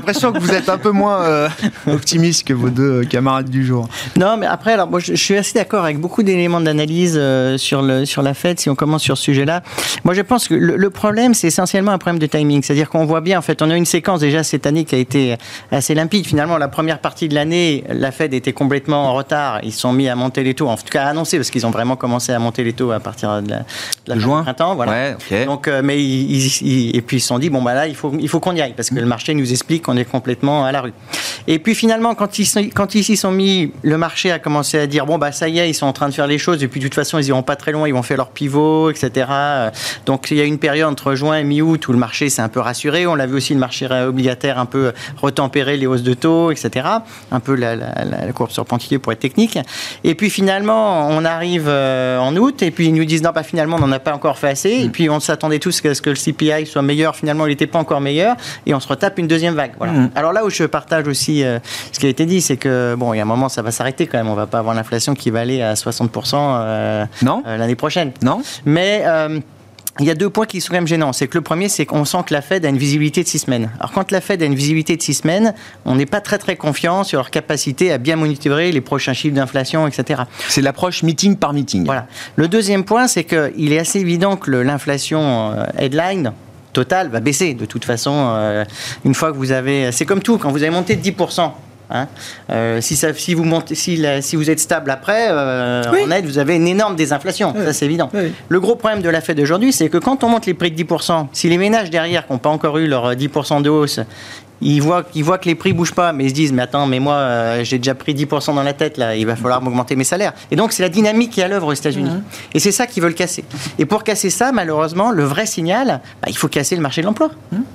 l'impression que vous êtes un peu moins optimiste que vos deux camarades du jour. Non, mais après, alors, moi, je suis assez d'accord avec beaucoup d'éléments d'analyse sur la Fed, si on commence sur ce sujet-là. Moi, je pense que le problème, c'est essentiellement un problème de timing. C'est-à-dire qu'on voit bien, en fait, on a une séquence déjà cette année qui a été assez limpide. Finalement, la première partie de l'année, la Fed était complètement en retard. Ils se sont mis à monter les taux, en tout cas à annoncer, parce qu'ils ont vraiment commencé à monter les taux à partir de la fin du printemps. Voilà. Ouais, okay. Donc, mais et puis ils se sont dit, bon, bah là, il faut qu'on y aille, parce que le marché nous explique qu'on est complètement à la rue. Et puis finalement, quand ils s'y sont mis, le marché a commencé à dire, bon, bah ça y est, ils sont en train de faire les choses, et puis de toute façon, ils iront pas très loin, ils vont faire leur pivot, etc. Donc, il y a une période entre juin et mi-août où le marché s'est un peu rassuré. On l'a vu aussi, le marché obligataire un peu retempérer les hausses de taux, etc. Un peu la courbe sur Pantelier pour être technique. Et puis finalement, on arrive en août, et puis ils nous disent, non, bah finalement, on n'en a pas encore fait assez. Et puis on s'attendait tous à ce que le CPI soit meilleur. Finalement, il n'était pas encore meilleur, et on se retape une deuxième vague. Voilà. Alors là où je partage aussi ce qui a été dit, c'est que bon, il y a un moment, ça va s'arrêter quand même. On va pas avoir l'inflation qui va aller à 60% l'année prochaine. Non. Mais il y a 2 points qui sont quand même gênants. C'est que le premier, c'est qu'on sent que la Fed a une visibilité de 6 semaines. Alors quand la Fed a une visibilité de 6 semaines, on n'est pas très très confiant sur leur capacité à bien monitorer les prochains chiffres d'inflation, etc. C'est l'approche meeting par meeting. Voilà. Le deuxième point, c'est qu'il est assez évident que l'inflation headline totale va baisser. De toute façon, une fois que vous avez... C'est comme tout, quand vous avez monté de 10%, hein, si vous êtes stable après, en net, vous avez une énorme désinflation. Ça, c'est évident. Oui. Le gros problème de la Fed aujourd'hui, c'est que quand on monte les prix de 10%, si les ménages derrière qui n'ont pas encore eu leur 10% de hausse, ils voient que les prix ne bougent pas, mais ils se disent, mais attends, mais moi, j'ai déjà pris 10% dans la tête, là, il va falloir m'augmenter mes salaires. Et donc, c'est la dynamique qui est à l'œuvre aux États-Unis. Et c'est ça qu'ils veulent casser. Et pour casser ça, malheureusement, le vrai signal, il faut casser le marché de l'emploi.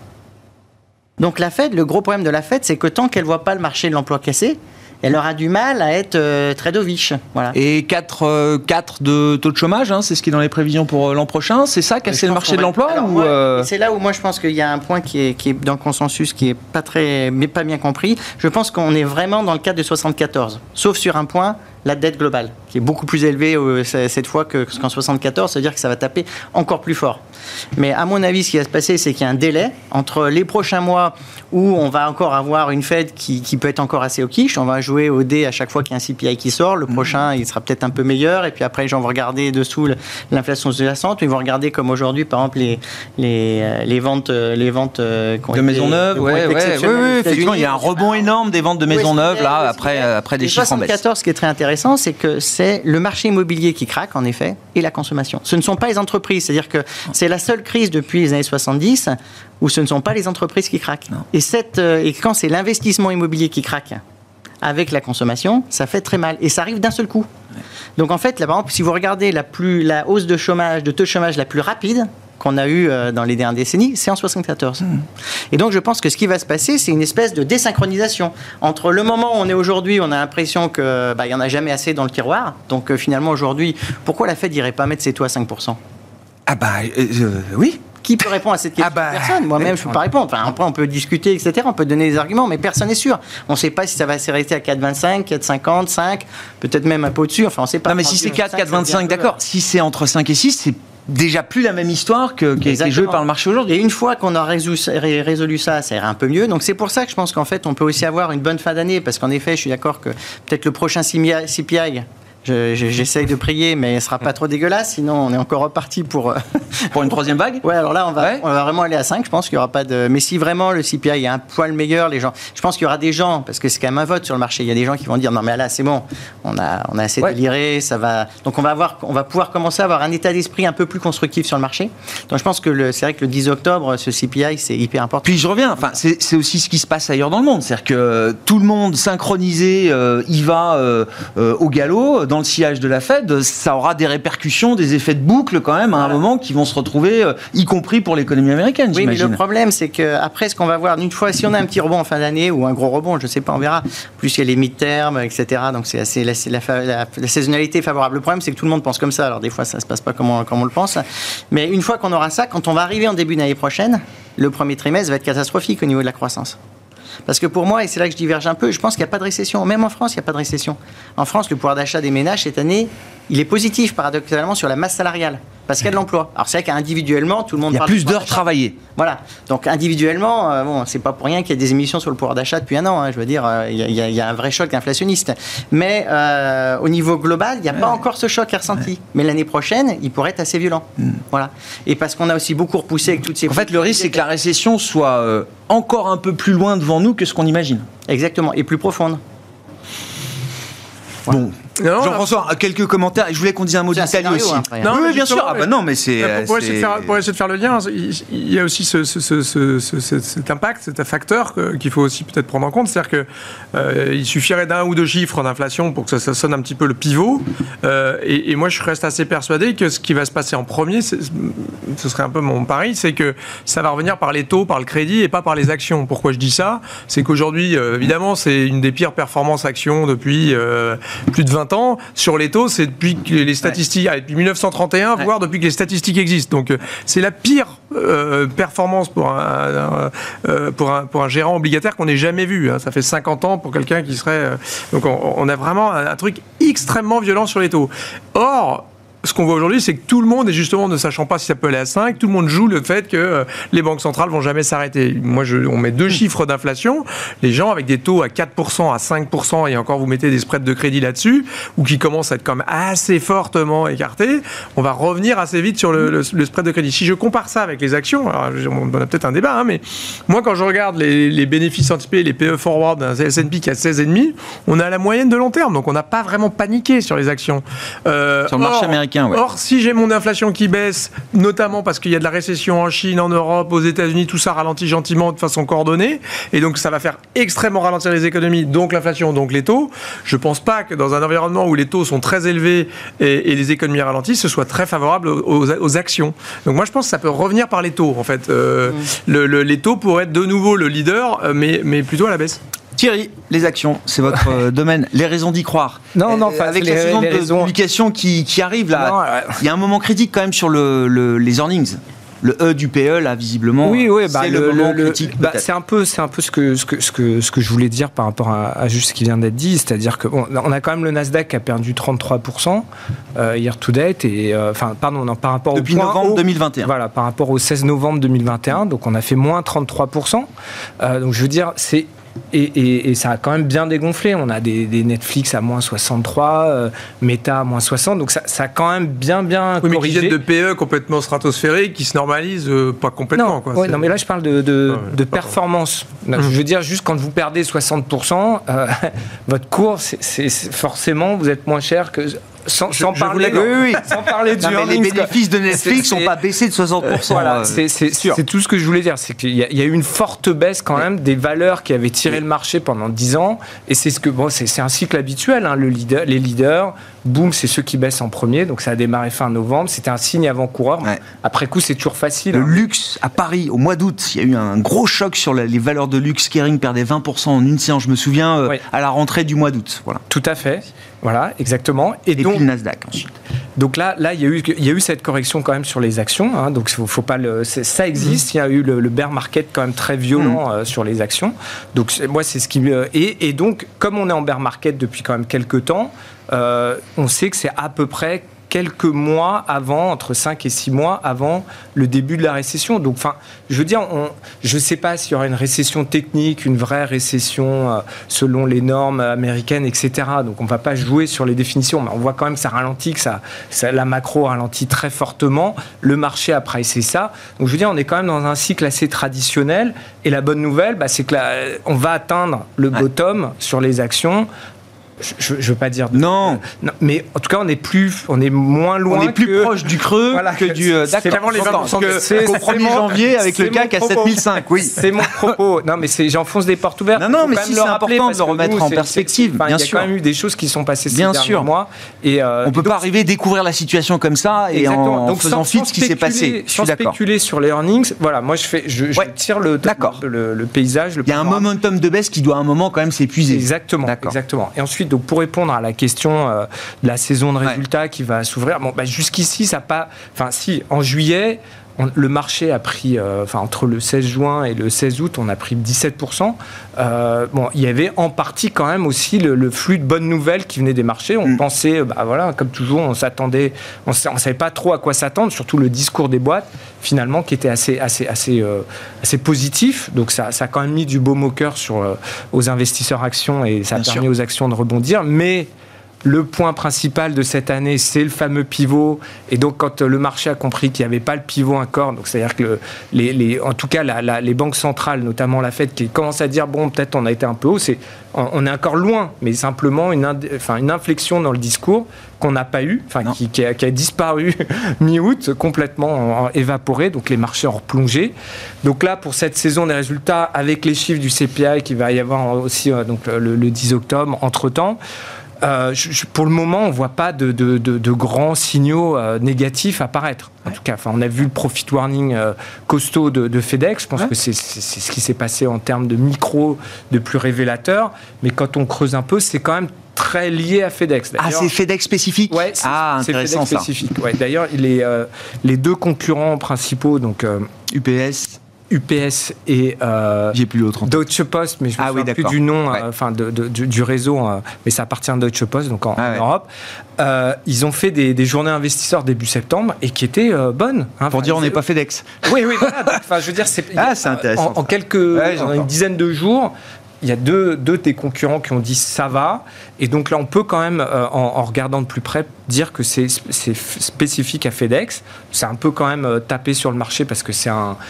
Donc la Fed, le gros problème de la Fed, c'est que tant qu'elle ne voit pas le marché de l'emploi cassé, elle aura du mal à être très dovish. Voilà. Et 4 de taux de chômage, hein, c'est ce qui est dans les prévisions pour l'an prochain. C'est ça, casser le marché de l'emploi C'est là où moi je pense qu'il y a un point qui est dans le consensus qui n'est pas bien compris. Je pense qu'on est vraiment dans le cadre de 74, sauf sur un point, la dette globale, qui est beaucoup plus élevée cette fois qu'en 74, c'est-à-dire que ça va taper encore plus fort. Mais à mon avis, ce qui va se passer, c'est qu'il y a un délai entre les prochains mois où on va encore avoir une Fed qui peut être encore assez au quiche. On va jouer au dé à chaque fois qu'il y a un CPI qui sort. Le prochain, il sera peut-être un peu meilleur. Et puis après, les gens vont regarder dessous l'inflation sous-jacente. Ils vont regarder comme aujourd'hui, par exemple, les ventes de maisons neuves. Oui, effectivement, il y a un rebond énorme des ventes de maisons neuves là après des chiffres en baisse. 74, ce qui est très intéressant, c'est que c'est le marché immobilier qui craque, en effet, et la consommation. Ce ne sont pas les entreprises. C'est-à-dire que c'est la seule crise depuis les années 70 où ce ne sont pas les entreprises qui craquent. Et quand c'est l'investissement immobilier qui craque avec la consommation, ça fait très mal. Et ça arrive d'un seul coup. Donc en fait, là, par exemple, si vous regardez la hausse de chômage, de taux de chômage la plus rapide qu'on a eu dans les dernières décennies, c'est en 74. Et donc je pense que ce qui va se passer, c'est une espèce de désynchronisation entre le moment où on est aujourd'hui, on a l'impression qu'il n'y en a jamais assez dans le tiroir. Donc finalement aujourd'hui, pourquoi la Fed n'irait pas mettre ses taux à 5%? Oui. Qui peut répondre à cette question? Personne. Moi-même, je ne peux pas répondre. Enfin, après, on peut discuter, etc. On peut donner des arguments, mais personne n'est sûr. On ne sait pas si ça va s'arrêter à 4,25, 4,50, 5, peut-être même un peu au-dessus. Enfin, on ne sait pas. Non, mais si c'est 4, 4,25, d'accord. Si c'est entre 5 et 6, c'est déjà plus la même histoire qui est jouée par le marché aujourd'hui. Et une fois qu'on a résolu ça, ça ira un peu mieux. Donc c'est pour ça que je pense qu'en fait, on peut aussi avoir une bonne fin d'année, parce qu'en effet, je suis d'accord que peut-être le prochain CPI, j'essaye de prier, mais il ne sera pas trop dégueulasse, sinon on est encore reparti pour une troisième vague. Ouais, alors là, on va vraiment aller à 5, je pense qu'il n'y aura pas de... Mais si vraiment le CPI est un poil meilleur, les gens... Je pense qu'il y aura des gens, parce que c'est quand même un vote sur le marché, il y a des gens qui vont dire, non mais là, c'est bon, on a assez déliré, ça va... Donc on va pouvoir commencer à avoir un état d'esprit un peu plus constructif sur le marché. Donc je pense que c'est vrai que le 10 octobre, ce CPI, c'est hyper important. Puis je reviens, enfin, c'est aussi ce qui se passe ailleurs dans le monde, c'est-à-dire que tout le monde synchronisé y va au galop, dans le sillage de la Fed, ça aura des répercussions, des effets de boucle quand même à un moment qui vont se retrouver, y compris pour l'économie américaine. Oui, mais le problème, c'est qu'après, ce qu'on va voir, une fois, si on a un petit rebond en fin d'année ou un gros rebond, je ne sais pas, on verra. Plus il y a les mid-term, etc. Donc c'est assez la saisonnalité est favorable. Le problème, c'est que tout le monde pense comme ça. Alors des fois, ça ne se passe pas comme on le pense. Mais une fois qu'on aura ça, quand on va arriver en début d'année prochaine, le premier trimestre va être catastrophique au niveau de la croissance. Parce que pour moi, et c'est là que je diverge un peu, je pense qu'il n'y a pas de récession. Même en France, il n'y a pas de récession. En France, le pouvoir d'achat des ménages, cette année, il est positif, paradoxalement, sur la masse salariale. parce qu'il y a de l'emploi. Alors c'est vrai qu'individuellement, tout le monde Il y a parle plus de pouvoir d'heures d'achat. travaillées. Voilà. Donc individuellement, bon, c'est pas pour rien qu'il y a des émissions sur le pouvoir d'achat depuis un an. Hein. Je veux dire, il y a un vrai choc inflationniste. Mais au niveau global, il n'y a pas encore ce choc ressenti. Ouais. Mais l'année prochaine, il pourrait être assez violent. Voilà. Et parce qu'on a aussi beaucoup repoussé avec toutes ces... En fait, le risque, c'est que la récession soit encore un peu plus loin devant nous que ce qu'on imagine. Exactement. Et plus profonde. Voilà. Bon. Jean-François, quelques commentaires. Je voulais qu'on dise un mot d'Italie aussi. Non, oui, bien sûr. Ah bah non, mais c'est... Pour essayer de faire le lien, il y a aussi cet impact, cet facteur qu'il faut aussi peut-être prendre en compte. C'est-à-dire qu'il suffirait d'un ou deux chiffres d'inflation pour que ça sonne un petit peu le pivot. Et moi, je reste assez persuadé que ce qui va se passer en premier, ce serait un peu mon pari, c'est que ça va revenir par les taux, par le crédit et pas par les actions. Pourquoi je dis ça ? C'est qu'aujourd'hui, évidemment, c'est une des pires performances actions depuis plus de 20 ans. Sur les taux, c'est depuis que les statistiques, depuis 1931, voire depuis que les statistiques existent. Donc, c'est la pire performance pour un gérant obligataire qu'on ait jamais vu. Hein. Ça fait 50 ans pour quelqu'un qui serait... Donc, on a vraiment un truc extrêmement violent sur les taux. Or, ce qu'on voit aujourd'hui, c'est que tout le monde, et justement ne sachant pas si ça peut aller à 5, tout le monde joue le fait que les banques centrales vont jamais s'arrêter. Moi, on met deux chiffres d'inflation, les gens avec des taux à 4%, à 5%, et encore vous mettez des spreads de crédit là-dessus, ou qui commencent à être quand même assez fortement écartés, on va revenir assez vite sur le spread de crédit. Si je compare ça avec les actions, alors on a peut-être un débat, hein, mais moi quand je regarde les bénéfices anticipés, les PE forward d'un S&P qui a 16,5, on a la moyenne de long terme, donc on n'a pas vraiment paniqué sur les actions. Sur le marché américain. Ouais. Or, si j'ai mon inflation qui baisse, notamment parce qu'il y a de la récession en Chine, en Europe, aux États-Unis, tout ça ralentit gentiment de façon coordonnée, et donc ça va faire extrêmement ralentir les économies, donc l'inflation, donc les taux. Je ne pense pas que dans un environnement où les taux sont très élevés et les économies ralentissent, ce soit très favorable aux actions. Donc moi, je pense que ça peut revenir par les taux, en fait. Les taux pourraient être de nouveau le leader, mais plutôt à la baisse. Thierry, les actions, c'est votre domaine. Les raisons d'y croire. Non, avec la saison de publication qui arrive là, il y a un moment critique quand même sur les earnings. Le E du PE, là, visiblement, c'est le moment critique. C'est un peu ce que je voulais dire par rapport à juste ce qui vient d'être dit, c'est-à-dire que on a quand même le Nasdaq qui a perdu 33% year to date, par rapport depuis novembre 2021. Voilà, par rapport au 16 novembre 2021, donc on a fait moins 33%. Donc je veux dire, c'est Et ça a quand même bien dégonflé. On a des Netflix à moins 63, Meta à moins 60, donc ça a quand même bien corrigé. Mais qui viennent de PE complètement stratosphériques, qui se normalisent pas complètement. Non, mais là je parle de performance. Je veux dire, juste quand vous perdez 60%, votre cours, c'est forcément, vous êtes moins cher que... Sans parler du les bénéfices de Netflix n'ont pas baissé de 60%. Voilà, c'est tout ce que je voulais dire. C'est qu'il y a eu une forte baisse quand même des valeurs qui avaient tiré le marché pendant 10 ans. Et c'est un cycle habituel. Hein. Les leaders, boum, c'est ceux qui baissent en premier. Donc ça a démarré fin novembre. C'était un signe avant-coureur. Ouais. Après coup, c'est toujours facile. Le luxe à Paris, au mois d'août, il y a eu un gros choc sur les valeurs de luxe. Kering perdait 20% en une séance, je me souviens, à la rentrée du mois d'août. Voilà. Tout à fait. Voilà, exactement. Et donc, puis le Nasdaq ensuite. Donc là, il y a eu cette correction quand même sur les actions. Hein, donc faut pas ça existe. Il y a eu le bear market quand même très violent sur les actions. Donc moi, c'est ce qui et donc comme on est en bear market depuis quand même quelques temps, on sait que c'est à peu près quelques mois avant, entre 5 et 6 mois avant le début de la récession. Donc, je veux dire, je ne sais pas s'il y aura une récession technique, une vraie récession selon les normes américaines, etc. Donc, on ne va pas jouer sur les définitions, mais on voit quand même que ça ralentit, que la macro ralentit très fortement. Le marché a pricé ça. Donc, je veux dire, on est quand même dans un cycle assez traditionnel. Et la bonne nouvelle, c'est que on va atteindre le bottom sur les actions. Je ne veux pas dire... Non, mais en tout cas, on est moins loin. On est plus proche du creux que du... D'accord, avant les 20%. Au 1er janvier, avec le CAC à 7005, oui. C'est mon propos. Non, mais j'enfonce des portes ouvertes. Non, mais si c'est important de le remettre en perspective, bien sûr. Il y a quand même eu des choses qui sont passées ces derniers mois. On ne peut pas arriver à découvrir la situation comme ça et en faisant fi de ce qui s'est passé. Sans spéculer sur les earnings, voilà, moi je tire le paysage. Il y a un momentum de baisse qui doit à un moment quand même s'épuiser. Exactement. Et ensuite, donc pour répondre à la question de la saison de résultats qui va s'ouvrir, jusqu'ici, ça pas... Enfin, si, en juillet... le marché a pris, entre le 16 juin et le 16 août, on a pris 17%. Il y avait en partie quand même aussi le flux de bonnes nouvelles qui venaient des marchés. On pensait, comme toujours, on ne savait pas trop à quoi s'attendre, surtout le discours des boîtes, finalement, qui était assez positif. Donc ça a quand même mis du baume au cœur aux investisseurs actions et ça a permis aux actions de rebondir. Mais le point principal de cette année, c'est le fameux pivot. Et donc, quand le marché a compris qu'il n'y avait pas le pivot encore, donc c'est-à-dire que en tout cas, les banques centrales, notamment la Fed, qui commencent à dire peut-être on a été un peu haut, on est encore loin, mais simplement une inflexion dans le discours qu'on n'a pas eu, qui a disparu mi-août, complètement évaporé. Donc, les marchés ont replongé. Donc là, pour cette saison des résultats, avec les chiffres du CPI qui va y avoir aussi le 10 octobre, entre-temps, pour le moment, on ne voit pas de grands signaux négatifs apparaître. En tout cas, on a vu le profit warning costaud de FedEx. Je pense que c'est ce qui s'est passé en termes de micro, de plus révélateur. Mais quand on creuse un peu, c'est quand même très lié à FedEx. D'ailleurs. Ah, c'est FedEx spécifique. Ouais, c'est FedEx spécifique. Ouais, d'ailleurs, les deux concurrents principaux, donc UPS et j'ai plus l'autre Deutsche Post, mais je ne me souviens plus du nom, du réseau, mais ça appartient à Deutsche Post, donc en Europe. Ils ont fait des journées investisseurs début septembre et qui étaient bonnes. Pour dire on n'est pas FedEx. Oui, voilà. Donc, je veux dire, c'est intéressant. En une dizaine de jours, il y a deux des concurrents qui ont dit ça va. Et donc là, on peut quand même, en regardant de plus près, dire que c'est spécifique à FedEx. C'est un peu quand même tapé sur le marché parce que c'est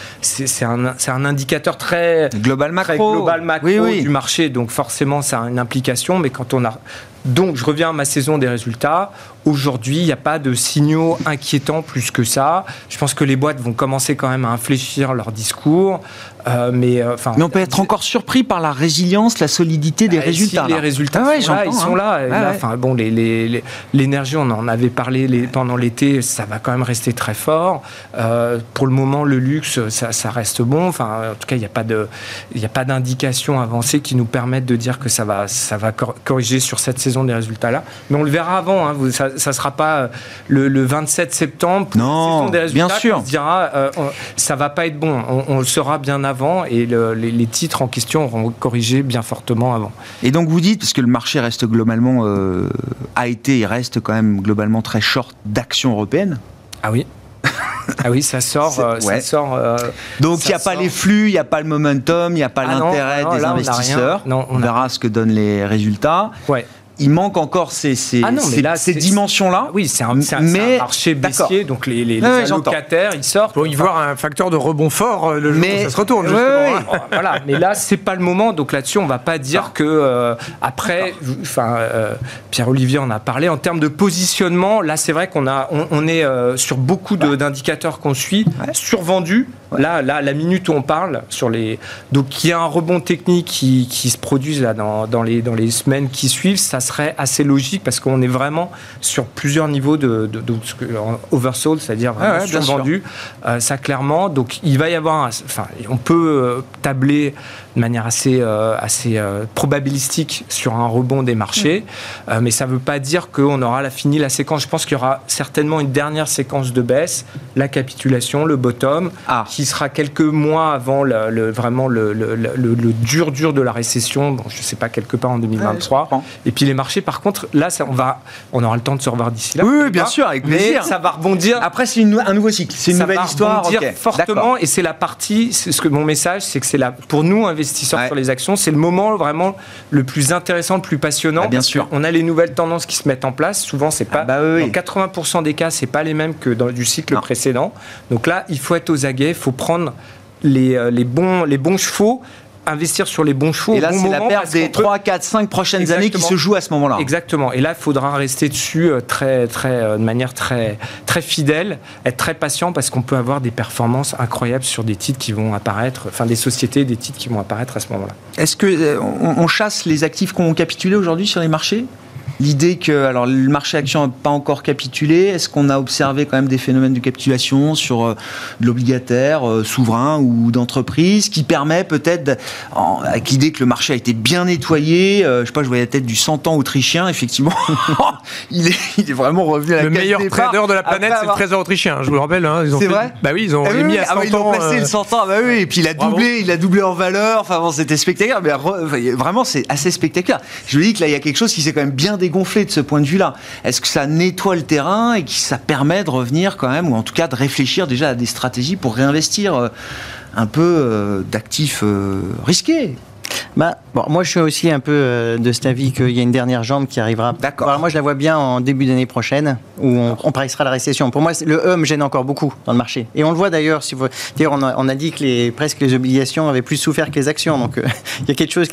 un indicateur très global macro du marché. Donc forcément, ça a une implication. Mais quand on a... Donc, je reviens à ma saison des résultats. Aujourd'hui, il n'y a pas de signaux inquiétants plus que ça. Je pense que les boîtes vont commencer quand même à infléchir leur discours. Mais on peut être encore surpris par la résilience, la solidité des résultats. Si les résultats ils sont là. L'énergie, on en avait parlé pendant l'été, ça va quand même rester très fort. Pour le moment, le luxe, ça reste bon. En tout cas, il n'y a pas d'indication avancée qui nous permettent de dire que ça va corriger sur cette saison des résultats-là. Mais on le verra avant. Ça ne sera pas le 27 septembre pour la saison des résultats. Bien sûr. On se dira ça ne va pas être bon. On le saura bien avant et les titres en question auront corrigé bien fortement avant. Et donc vous dites, parce que le marché reste globalement, a été et reste quand même globalement très short d'actions européennes. Ah oui. Ah oui, ça sort. Donc il n'y a pas les flux, il n'y a pas le momentum, il n'y a pas l'intérêt des investisseurs. On verra ce que donnent les résultats. Ouais. Il manque encore ces dimensions-là. Oui, c'est un marché baissier, donc les allocataires, ils sortent. Pour y voir un facteur de rebond fort le jour où ça se retourne. Voilà, mais là, c'est pas le moment. Donc là-dessus, on va pas dire que après, Pierre-Olivier en a parlé. En termes de positionnement, là, c'est vrai on est sur beaucoup d'indicateurs qu'on suit, survendus. Là, la minute où on parle donc il y a un rebond technique qui se produit là dans les semaines qui suivent. Ça serait assez logique parce qu'on est vraiment sur plusieurs niveaux de oversold, c'est-à-dire vraiment survendu. Ça clairement. Donc il va y avoir, on peut tabler de manière assez probabilistique sur un rebond des marchés, mais ça ne veut pas dire qu'on aura fini la séquence. Je pense qu'il y aura certainement une dernière séquence de baisse, la capitulation, le bottom, qui sera quelques mois avant vraiment le dur de la récession, je ne sais pas, quelque part en 2023. Et puis les marchés, par contre, là, on aura le temps de se revoir d'ici là. Oui, bien sûr, avec plaisir. Mais ça va rebondir. Après, c'est un nouveau cycle, c'est une nouvelle histoire. Ça va rebondir fortement, et c'est la partie, mon message, c'est que pour nous, investisseurs sur les actions, c'est le moment vraiment le plus intéressant, le plus passionnant. Bien sûr. On a les nouvelles tendances qui se mettent en place. Souvent, c'est pas, dans 80% des cas, c'est pas les mêmes que du cycle précédent. Donc là, il faut être aux aguets, il faut prendre les bons chevaux, investir sur les bons chevaux. Et là, c'est la perte des 3, 4, 5 prochaines années qui se joue à ce moment-là. Exactement. Et là, il faudra rester dessus de manière très, très fidèle, être très patient parce qu'on peut avoir des performances incroyables sur des titres qui vont apparaître, des sociétés, des titres qui vont apparaître à ce moment-là. Est-ce qu'on chasse les actifs qui ont capitulé aujourd'hui sur les marchés ? l'idée que alors, le marché action n'a pas encore capitulé. Est-ce qu'on a observé quand même des phénomènes de capitulation sur de l'obligataire souverain ou d'entreprise qui permet peut-être, avec l'idée que le marché a été bien nettoyé, je sais pas, je voyais la tête du 100 ans autrichien, effectivement, il est vraiment revenu à la le case meilleur départ. trader de la planète, c'est le trésor autrichien, je vous le rappelle. Hein, c'est vrai. Bah oui, ils ont mis à 100 ans. Ils l'ont placé le 100 ans, bah oui, et puis il a doublé en valeur, enfin bon, c'était spectaculaire, mais vraiment c'est assez spectaculaire. Je vous dis que là il y a quelque chose qui s'est quand même bien dégonflé de ce point de vue-là. Est-ce que ça nettoie le terrain et que ça permet de revenir quand même, ou en tout cas de réfléchir déjà à des stratégies pour réinvestir un peu d'actifs risqués? Moi je suis aussi un peu de cet avis qu'il y a une dernière jambe qui arrivera. D'accord. Alors moi je la vois bien en début d'année prochaine où on pricera la récession. Pour moi le E me gêne encore beaucoup dans le marché. Et on le voit d'ailleurs, d'ailleurs on a dit que presque les obligations avaient plus souffert que les actions. Donc il y a quelque chose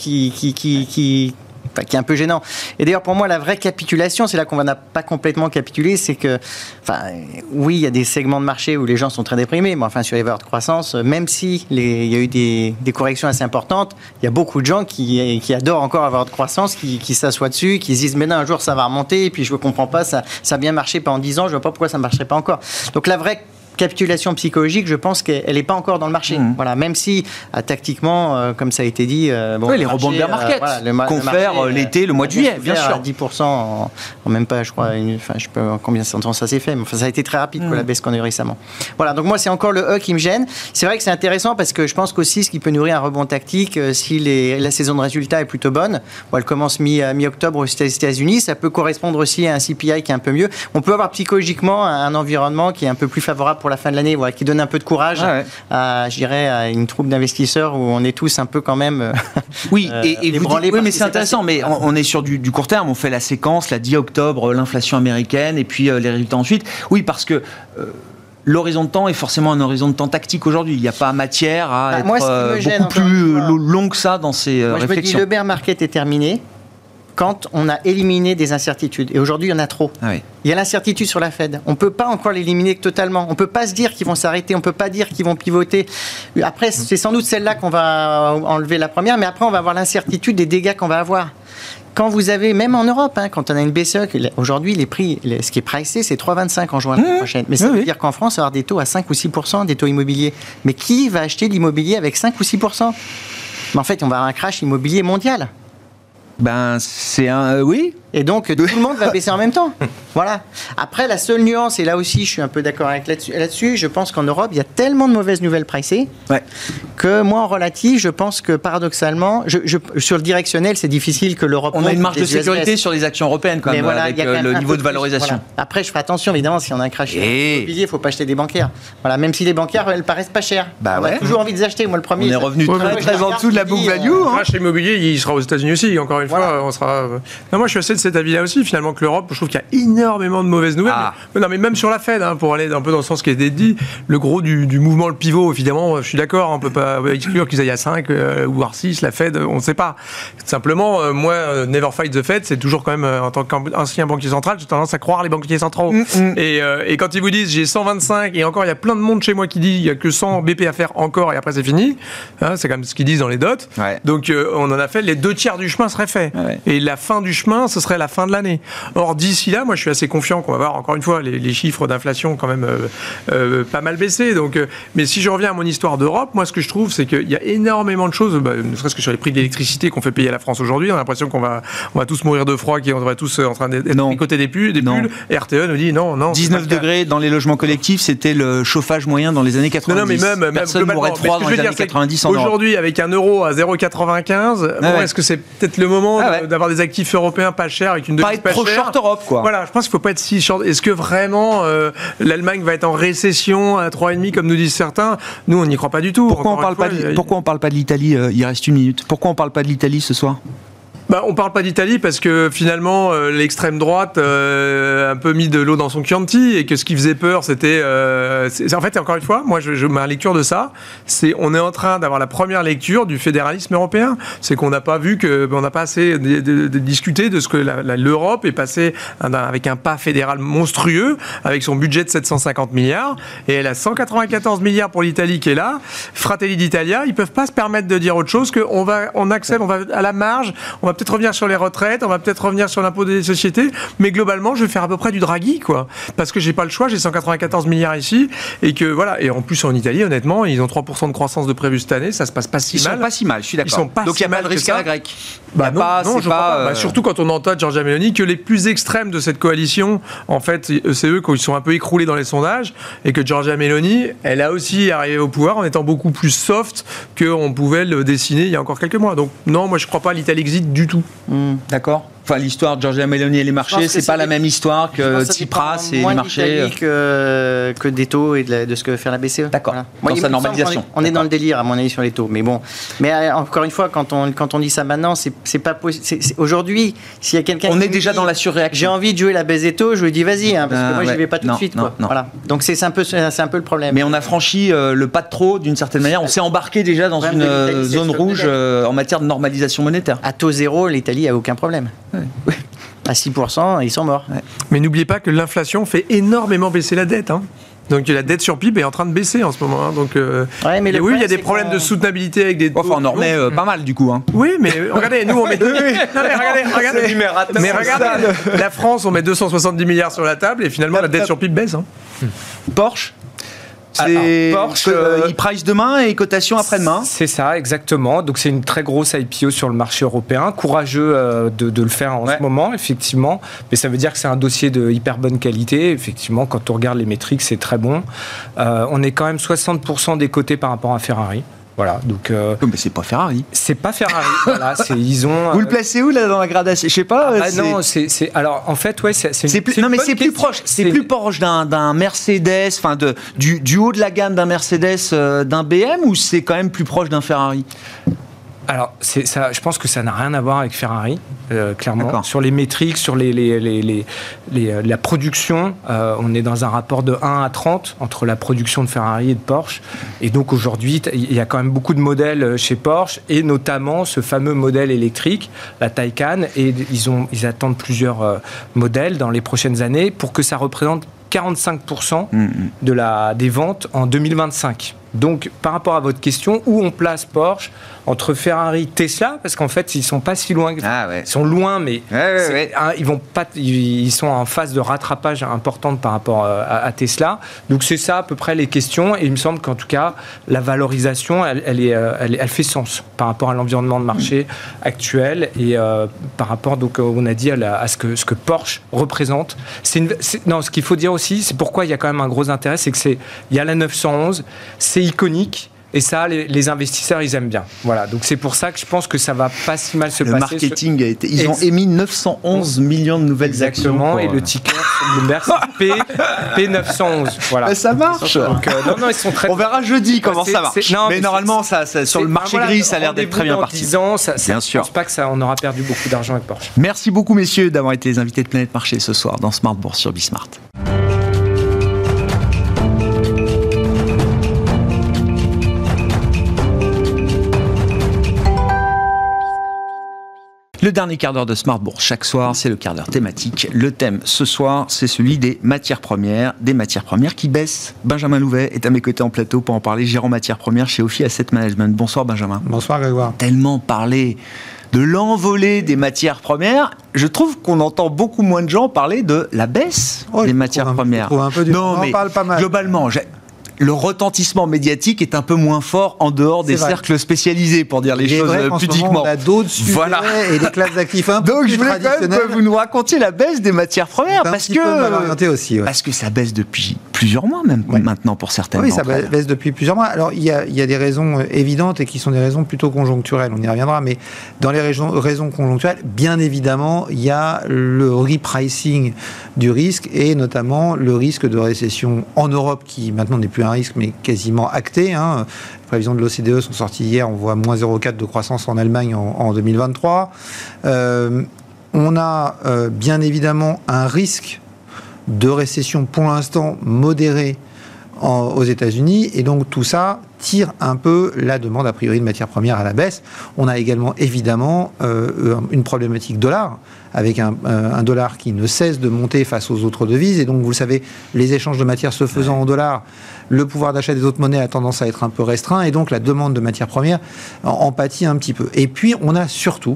qui est un peu gênant. Et d'ailleurs, pour moi, la vraie capitulation, c'est là qu'on n'a pas complètement capitulé, c'est que, oui, il y a des segments de marché où les gens sont très déprimés, mais enfin, sur les valeurs de croissance, même si il y a eu des corrections assez importantes, il y a beaucoup de gens qui adorent encore avoir de croissance, qui s'assoient dessus, qui se disent, mais non, un jour, ça va remonter, et puis je ne comprends pas, ça a bien marché pendant 10 ans, je ne vois pas pourquoi ça ne marcherait pas encore. Donc, la vraie capitulation psychologique, je pense qu'elle n'est pas encore dans le marché. Voilà, même si tactiquement, comme ça a été dit, les rebonds de bear market qu'on fait l'été, le mois de juillet, bien sûr. 10% en même pas, je crois, je sais pas combien de temps ça s'est fait, mais ça a été très rapide la baisse qu'on a eu récemment. Voilà, donc moi c'est encore le E qui me gêne. C'est vrai que c'est intéressant parce que je pense qu'aussi ce qui peut nourrir un rebond tactique, si la saison de résultats est plutôt bonne, elle commence mi-octobre aux États-Unis, ça peut correspondre aussi à un CPI qui est un peu mieux. On peut avoir psychologiquement un environnement qui est un peu plus favorable pour la fin de l'année, qui donne un peu de courage à une troupe d'investisseurs où on est tous un peu quand même oui, mais c'est intéressant, mais on est sur du court terme, on fait la séquence, la 10 octobre, l'inflation américaine et puis les résultats ensuite. Oui, parce que l'horizon de temps est forcément un horizon de temps tactique aujourd'hui. Il n'y a pas matière à être beaucoup plus long que ça dans ces réflexions. Je me dis, le bear market est terminé quand on a éliminé des incertitudes. Et aujourd'hui, il y en a trop. Il y a l'incertitude sur la Fed. On ne peut pas encore l'éliminer totalement. On ne peut pas se dire qu'ils vont s'arrêter. On ne peut pas dire qu'ils vont pivoter. Après, c'est sans doute celle-là qu'on va enlever la première, mais après, on va avoir l'incertitude des dégâts qu'on va avoir. Quand vous avez, même en Europe, quand on a une BCE, aujourd'hui, les prix, ce qui est pricé, c'est 3,25 en juin l'année prochaine. Mais ça veut dire qu'en France, on va avoir des taux à 5 ou 6%, des taux immobiliers. Mais qui va acheter de l'immobilier avec 5 ou 6%? Mais en fait, on va avoir un crash immobilier mondial. C'est un... oui. Et donc, tout le monde va baisser en même temps. Voilà. Après, la seule nuance, et là aussi, je suis un peu d'accord avec là-dessus, je pense qu'en Europe, il y a tellement de mauvaises nouvelles pricées que moi, en relatif, je pense que paradoxalement, sur le directionnel, c'est difficile que l'Europe... On a une marge de sécurité sur les actions européennes, quand même, avec le niveau de valorisation. Voilà. Après, je ferai attention, évidemment, si on a un crash immobilier, il ne faut pas acheter des bancaires. Voilà, même si les bancaires, elles paraissent pas chères. On a toujours envie de les acheter. Moi, le premier... On est revenu très en dessous de la book value. Le crash immobilier, il sera aux États-Unis aussi, encore une fois. On sera... Non, moi, je suis assez de cet avis-là aussi, finalement, que l'Europe, je trouve qu'il y a énormément de mauvaises nouvelles. Mais même sur la Fed, pour aller un peu dans le sens qui a été dit, le gros du mouvement, le pivot, évidemment, je suis d'accord, on ne peut pas exclure qu'ils aillent à 5 ou à 6, la Fed, on ne sait pas. Simplement, moi, never fight the Fed, c'est toujours quand même, en tant qu'ancien banquier central, j'ai tendance à croire les banquiers centraux. Et quand ils vous disent, j'ai 125, et encore, il y a plein de monde chez moi qui dit, il n'y a que 100 BP à faire encore, et après c'est fini. C'est comme ce qu'ils disent dans les dots. Donc, on en a fait, les 2 tiers du chemin seraient faits. Et la fin du chemin, ce serait la fin de l'année. Or, d'ici là, moi, je suis assez confiant qu'on va voir, encore une fois, les chiffres d'inflation quand même pas mal baissés. Donc, mais si je reviens à mon histoire d'Europe, moi, ce que je trouve, c'est qu'il y a énormément de choses, ne serait-ce que sur les prix de l'électricité qu'on fait payer à la France aujourd'hui. On a l'impression qu'on va tous mourir de froid, qu'on va tous en train d'être tricoter des pulls. Et RTE nous dit non. 19 degrés dans les logements collectifs, c'était le chauffage moyen dans les années 90. Non, mais même personne mourrait de froid dans les années 90 en Europe. Aujourd'hui, avec un euro à 0,95, est-ce que c'est peut-être le moment d'avoir des actifs européens pas chers avec une devise pas chère? Short Europe, quoi. Voilà, je pense qu'il ne faut pas être si short. Est-ce que vraiment l'Allemagne va être en récession à 3,5 comme nous disent certains? Nous, on n'y croit pas du tout. Pourquoi on ne parle pas de l'Italie? Il reste une minute. Pourquoi on ne parle pas de l'Italie ce soir? On parle pas d'Italie parce que finalement l'extrême droite a un peu mis de l'eau dans son Chianti et que ce qui faisait peur c'était en fait encore une fois moi ma lecture de ça c'est on est en train d'avoir la première lecture du fédéralisme européen, c'est qu'on n'a pas vu on n'a pas assez discuté de ce que l'Europe est passée avec un pas fédéral monstrueux avec son budget de 750 milliards et elle a 194 milliards pour l'Italie qui est là, Fratelli d'Italia, ils peuvent pas se permettre de dire autre chose que on accepte, on va à la marge, on va va peut-être revenir sur les retraites, on va peut-être revenir sur l'impôt des sociétés, mais globalement, je vais faire à peu près du Draghi, quoi. Parce que j'ai pas le choix, j'ai 194 milliards ici, et que voilà. Et en plus, en Italie, honnêtement, ils ont 3% de croissance de prévu cette année, ça se passe pas si mal. Ils sont pas si mal, je suis d'accord. Ils sont pas Donc il si n'y a pas mal de risque que à ça. la grecque. Non, je crois pas. Surtout quand on entend Giorgia Meloni que les plus extrêmes de cette coalition, en fait, c'est eux qui sont un peu écroulés dans les sondages, et que Giorgia Meloni, elle a aussi arrivé au pouvoir en étant beaucoup plus soft qu'on pouvait le dessiner il y a encore quelques mois. Donc non, moi je crois pas à l'Italexit du tout. D'accord. Enfin, l'histoire de Giorgia Meloni et les marchés, c'est pas la même histoire que Tsipras et les marchés. Que des taux et de ce que veut faire la BCE. D'accord. Dans sa normalisation. On est dans le délire, à mon avis, sur les taux. Mais bon. Mais encore une fois, quand on dit ça maintenant, c'est pas possible. Aujourd'hui, s'il y a quelqu'un. On est déjà dans la surréaction. J'ai envie de jouer la baisse des taux, je lui dis vas-y, parce que moi, j'y vais pas tout de suite. Non. Voilà. Donc c'est un peu le problème. Mais on a franchi le pas de trop, d'une certaine manière. On s'est embarqué déjà dans une zone rouge en matière de normalisation monétaire. À taux zéro, l'Italie a aucun problème. Ouais. À 6%, ils sont morts. Ouais. Mais n'oubliez pas que l'inflation fait énormément baisser la dette. Donc la dette sur PIB est en train de baisser en ce moment. Donc, mais oui, il y a des problèmes de soutenabilité avec des taux. Enfin, on en remet pas mal du coup. Oui, mais regardez, nous on met. Regardez. Mais regardez, la France, on met 270 milliards sur la table et finalement la dette sur PIB baisse. Porsche. Porsche, il price demain et cotation après-demain. C'est ça, exactement. Donc c'est une très grosse IPO sur le marché européen. Courageux de le faire en ce moment, effectivement. Mais ça veut dire que c'est un dossier de hyper bonne qualité. Effectivement, quand on regarde les métriques, c'est très bon. On est quand même 60% des cotés par rapport à Ferrari. Voilà, donc. Mais c'est pas Ferrari. C'est pas Ferrari. Voilà, ils ont. Vous le placez où là dans la gradation? Je sais pas. Non, c'est. Alors en fait, ouais, c'est plus. Non, mais c'est plus proche. C'est plus proche d'un Mercedes, enfin du haut de la gamme d'un Mercedes, d'un BM, ou c'est quand même plus proche d'un Ferrari? Alors, ça, je pense que ça n'a rien à voir avec Ferrari, clairement. D'accord. Sur les métriques, sur la production, on est dans un rapport de 1 à 30 entre la production de Ferrari et de Porsche. Et donc aujourd'hui, il y a quand même beaucoup de modèles chez Porsche, et notamment ce fameux modèle électrique, la Taycan. Et ils attendent plusieurs modèles dans les prochaines années pour que ça représente 45% des ventes en 2025. Donc, par rapport à votre question, où on place Porsche entre Ferrari et Tesla, parce qu'en fait, ils sont pas si loin. Ils sont loin, mais ils sont en phase de rattrapage importante par rapport à Tesla. Donc, c'est ça à peu près les questions. Et il me semble qu'en tout cas, la valorisation, elle fait sens par rapport à l'environnement de marché actuel et par rapport, donc, on a dit à ce que Porsche représente. Ce qu'il faut dire aussi, c'est pourquoi il y a quand même un gros intérêt, c'est que il y a la 911, c'est iconique. Et ça, les investisseurs, ils aiment bien. Voilà. Donc, c'est pour ça que je pense que ça va pas si mal se passer. Le marketing a été... Ils ont émis 911 millions de nouvelles actions. Exactement. Et le ticker sur Bloomberg, c'est P911. Voilà. Mais ça marche. Donc, non, ils sont très... On verra jeudi comment ça marche. Mais normalement, ça, sur le marché gris, ça a l'air d'être très bien parti. Bien sûr. Je pense pas on aura perdu beaucoup d'argent avec Porsche. Merci beaucoup, messieurs, d'avoir été les invités de Planète Marché ce soir dans Smart Bourse sur Bismart. Le dernier quart d'heure de Smart Bourse chaque soir, c'est le quart d'heure thématique. Le thème ce soir, c'est celui des matières premières qui baissent. Benjamin Louvet est à mes côtés en plateau pour en parler, gérant matières premières chez Ophi Asset Management. Bonsoir Benjamin. Bonsoir Grégoire. Tellement parlé de l'envolée des matières premières, je trouve qu'on entend beaucoup moins de gens parler de la baisse des matières premières. On en parle pas mal. Globalement, le retentissement médiatique est un peu moins fort en dehors des cercles spécialisés, pour dire les choses pudiquement. On a d'autres sujets et des classes d'actifs un peu Donc plus je voulais quand même que vous nous racontiez la baisse des matières premières, parce que ça baisse depuis plusieurs mois même maintenant pour certaines. Oui, ça baisse depuis plusieurs mois. Alors il y a des raisons évidentes et qui sont des raisons plutôt conjoncturelles, on y reviendra, mais dans les raisons conjoncturelles, bien évidemment, il y a le repricing du risque et notamment le risque de récession en Europe qui maintenant n'est plus un risque mais quasiment acté. Les prévisions de l'OCDE sont sorties hier, on voit moins 0,4 de croissance en Allemagne en 2023. On a bien évidemment un risque de récession pour l'instant modéré aux États-Unis, et donc tout ça tire un peu la demande a priori de matières premières à la baisse. On a également évidemment une problématique dollar, avec un dollar qui ne cesse de monter face aux autres devises, et donc vous le savez, les échanges de matières se faisant en dollars, le pouvoir d'achat des autres monnaies a tendance à être un peu restreint, et donc la demande de matières premières en pâtit un petit peu. Et puis on a surtout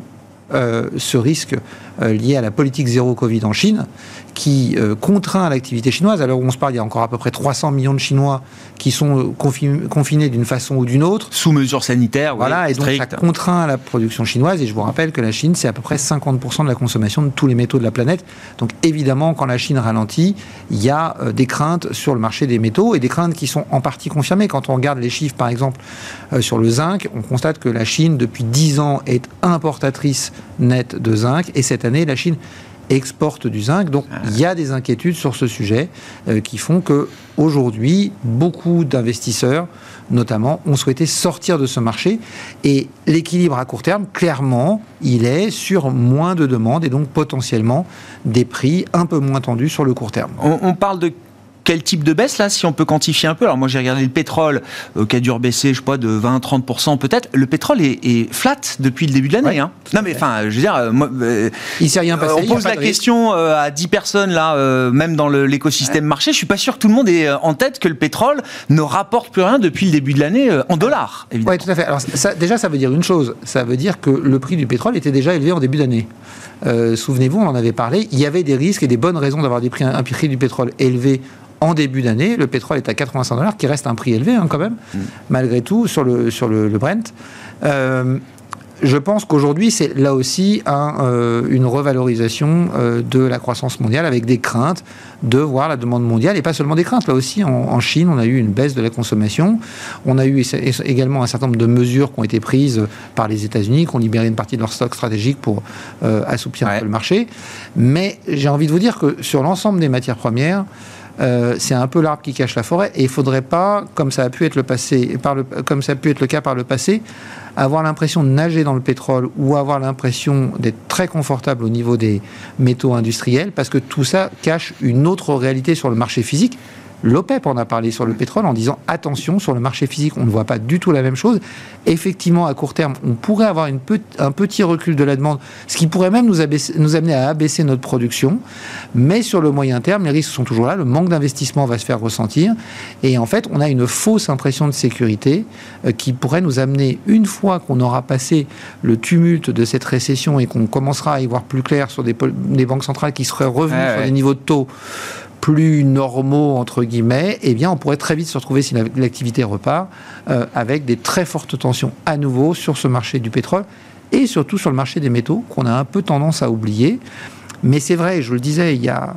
ce risque lié à la politique zéro Covid en Chine, qui contraint l'activité chinoise. Alors on se parle, il y a encore à peu près 300 millions de Chinois qui sont confinés d'une façon ou d'une autre. Sous mesures sanitaires, voilà, et donc ça contraint la production chinoise. Et je vous rappelle que la Chine, c'est à peu près 50% de la consommation de tous les métaux de la planète. Donc évidemment, quand la Chine ralentit, il y a des craintes sur le marché des métaux, et des craintes qui sont en partie confirmées. Quand on regarde les chiffres, par exemple, sur le zinc, on constate que la Chine, depuis 10 ans, est importatrice nette de zinc, et cette année, la Chine exporte du zinc. Donc il y a des inquiétudes sur ce sujet qui font que aujourd'hui, beaucoup d'investisseurs, notamment, ont souhaité sortir de ce marché, et l'équilibre à court terme, clairement, il est sur moins de demandes et donc potentiellement des prix un peu moins tendus sur le court terme. On parle de quel type de baisse, là, si on peut quantifier un peu? Alors moi, j'ai regardé le pétrole qui a dû rebaisser, je sais pas, de 20-30% peut-être. Le pétrole est flat depuis le début de l'année. Ouais, hein. Non mais enfin, je veux dire, moi, il s'est rien passé. On pose la question à 10 personnes, là, même dans l'écosystème marché. Je suis pas sûr que tout le monde ait en tête que le pétrole ne rapporte plus rien depuis le début de l'année en dollars, évidemment. Oui, tout à fait. Alors déjà, ça veut dire une chose. Ça veut dire que le prix du pétrole était déjà élevé en début d'année. Souvenez-vous, on en avait parlé. Il y avait des risques et des bonnes raisons d'avoir un prix du pétrole élevé en début d'année. Le pétrole est à $85, qui reste un prix élevé quand même, malgré tout, sur le Brent. Je pense qu'aujourd'hui, c'est là aussi une revalorisation de la croissance mondiale, avec des craintes de voir la demande mondiale, et pas seulement des craintes. Là aussi, en Chine, on a eu une baisse de la consommation. On a eu également un certain nombre de mesures qui ont été prises par les États-Unis, qui ont libéré une partie de leur stock stratégique pour assouplir un peu le marché. Mais j'ai envie de vous dire que sur l'ensemble des matières premières, c'est un peu l'arbre qui cache la forêt, et il ne faudrait pas, comme ça a pu être comme ça a pu être le cas par le passé, avoir l'impression de nager dans le pétrole ou avoir l'impression d'être très confortable au niveau des métaux industriels, parce que tout ça cache une autre réalité sur le marché physique. L'OPEP en a parlé sur le pétrole en disant attention, sur le marché physique, on ne voit pas du tout la même chose. Effectivement, à court terme, on pourrait avoir un petit recul de la demande, ce qui pourrait même nous amener à abaisser notre production. Mais sur le moyen terme, les risques sont toujours là. Le manque d'investissement va se faire ressentir. Et en fait, on a une fausse impression de sécurité qui pourrait nous amener, une fois qu'on aura passé le tumulte de cette récession et qu'on commencera à y voir plus clair sur des banques centrales qui seraient revenues sur des niveaux de taux plus normaux, entre guillemets, eh bien, on pourrait très vite se retrouver, si l'activité repart, avec des très fortes tensions à nouveau sur ce marché du pétrole et surtout sur le marché des métaux, qu'on a un peu tendance à oublier. Mais c'est vrai, je le disais, il y a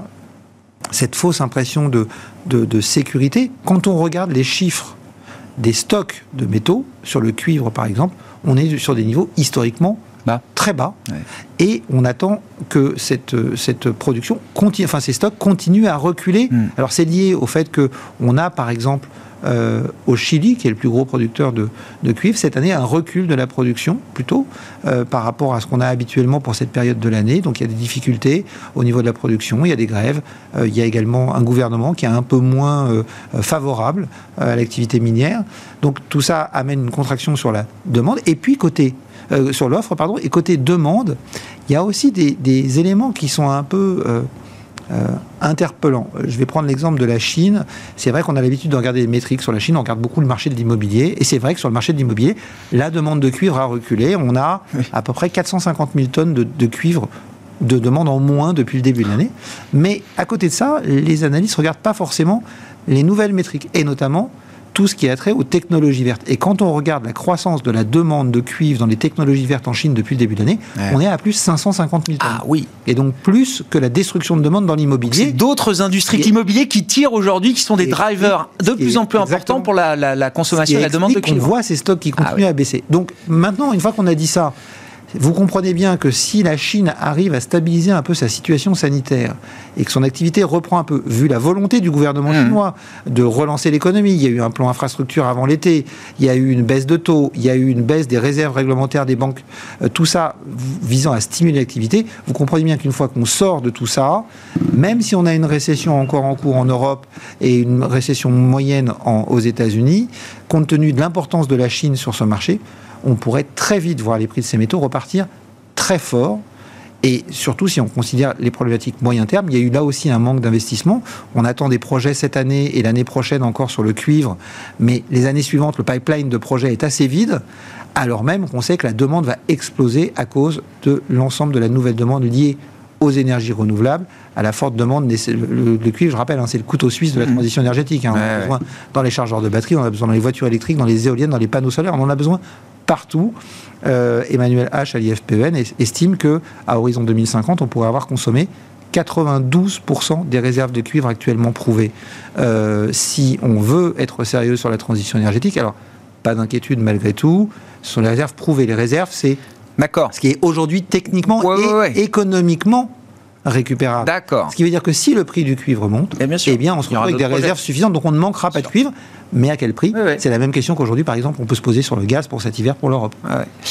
cette fausse impression de sécurité. Quand on regarde les chiffres des stocks de métaux, sur le cuivre par exemple, on est sur des niveaux historiquement très bas, et on attend que cette production continue, enfin ces stocks continuent à reculer. Alors c'est lié au fait que on a par exemple au Chili, qui est le plus gros producteur de cuivre, cette année un recul de la production plutôt par rapport à ce qu'on a habituellement pour cette période de l'année. Donc il y a des difficultés au niveau de la production, il y a des grèves, il y a également un gouvernement qui est un peu moins favorable à l'activité minière. Donc tout ça amène une contraction sur la demande, et puis sur l'offre, et côté demande, il y a aussi des éléments qui sont un peu interpellants. Je vais prendre l'exemple de la Chine. C'est vrai qu'on a l'habitude de regarder les métriques sur la Chine, on regarde beaucoup le marché de l'immobilier, et c'est vrai que sur le marché de l'immobilier, la demande de cuivre a reculé. On a à peu près 450 000 tonnes de cuivre de demande en moins depuis le début de l'année. Mais à côté de ça, les analystes ne regardent pas forcément les nouvelles métriques, et notamment tout ce qui a trait aux technologies vertes. Et quand on regarde la croissance de la demande de cuivre dans les technologies vertes en Chine depuis le début de l'année, on est à plus 550 000 tonnes. Ah oui. Et donc plus que la destruction de demande dans l'immobilier. C'est d'autres industries que l'immobilier qui tirent aujourd'hui, qui sont des drivers de plus en plus importants pour la consommation et la demande de cuivre. On voit ces stocks qui continuent à baisser. Donc maintenant, une fois qu'on a dit ça, vous comprenez bien que si la Chine arrive à stabiliser un peu sa situation sanitaire et que son activité reprend un peu, vu la volonté du gouvernement chinois de relancer l'économie, il y a eu un plan infrastructure avant l'été, il y a eu une baisse de taux, il y a eu une baisse des réserves réglementaires des banques, tout ça visant à stimuler l'activité, vous comprenez bien qu'une fois qu'on sort de tout ça, même si on a une récession encore en cours en Europe et une récession moyenne aux États-Unis, compte tenu de l'importance de la Chine sur ce marché, on pourrait très vite voir les prix de ces métaux repartir très fort. Et surtout, si on considère les problématiques moyen terme, il y a eu là aussi un manque d'investissement. On attend des projets cette année et l'année prochaine encore sur le cuivre, mais les années suivantes, le pipeline de projets est assez vide, alors même qu'on sait que la demande va exploser à cause de l'ensemble de la nouvelle demande liée aux énergies renouvelables, à la forte demande. Le cuivre, je rappelle, c'est le couteau suisse de la transition énergétique. On en a besoin dans les chargeurs de batterie, on en a besoin dans les voitures électriques, dans les éoliennes, dans les panneaux solaires, on en a besoin partout. Emmanuel H. à l'IFPEN estime qu'à horizon 2050, on pourrait avoir consommé 92% des réserves de cuivre actuellement prouvées. Si on veut être sérieux sur la transition énergétique, alors pas d'inquiétude malgré tout, ce sont les réserves prouvées. Les réserves, c'est ce qui est aujourd'hui techniquement et économiquement récupérable. D'accord. Ce qui veut dire que si le prix du cuivre monte, on se retrouve avec des réserves suffisantes, donc on ne manquera pas de cuivre, mais à quel prix ? C'est la même question qu'aujourd'hui, par exemple, on peut se poser sur le gaz pour cet hiver pour l'Europe.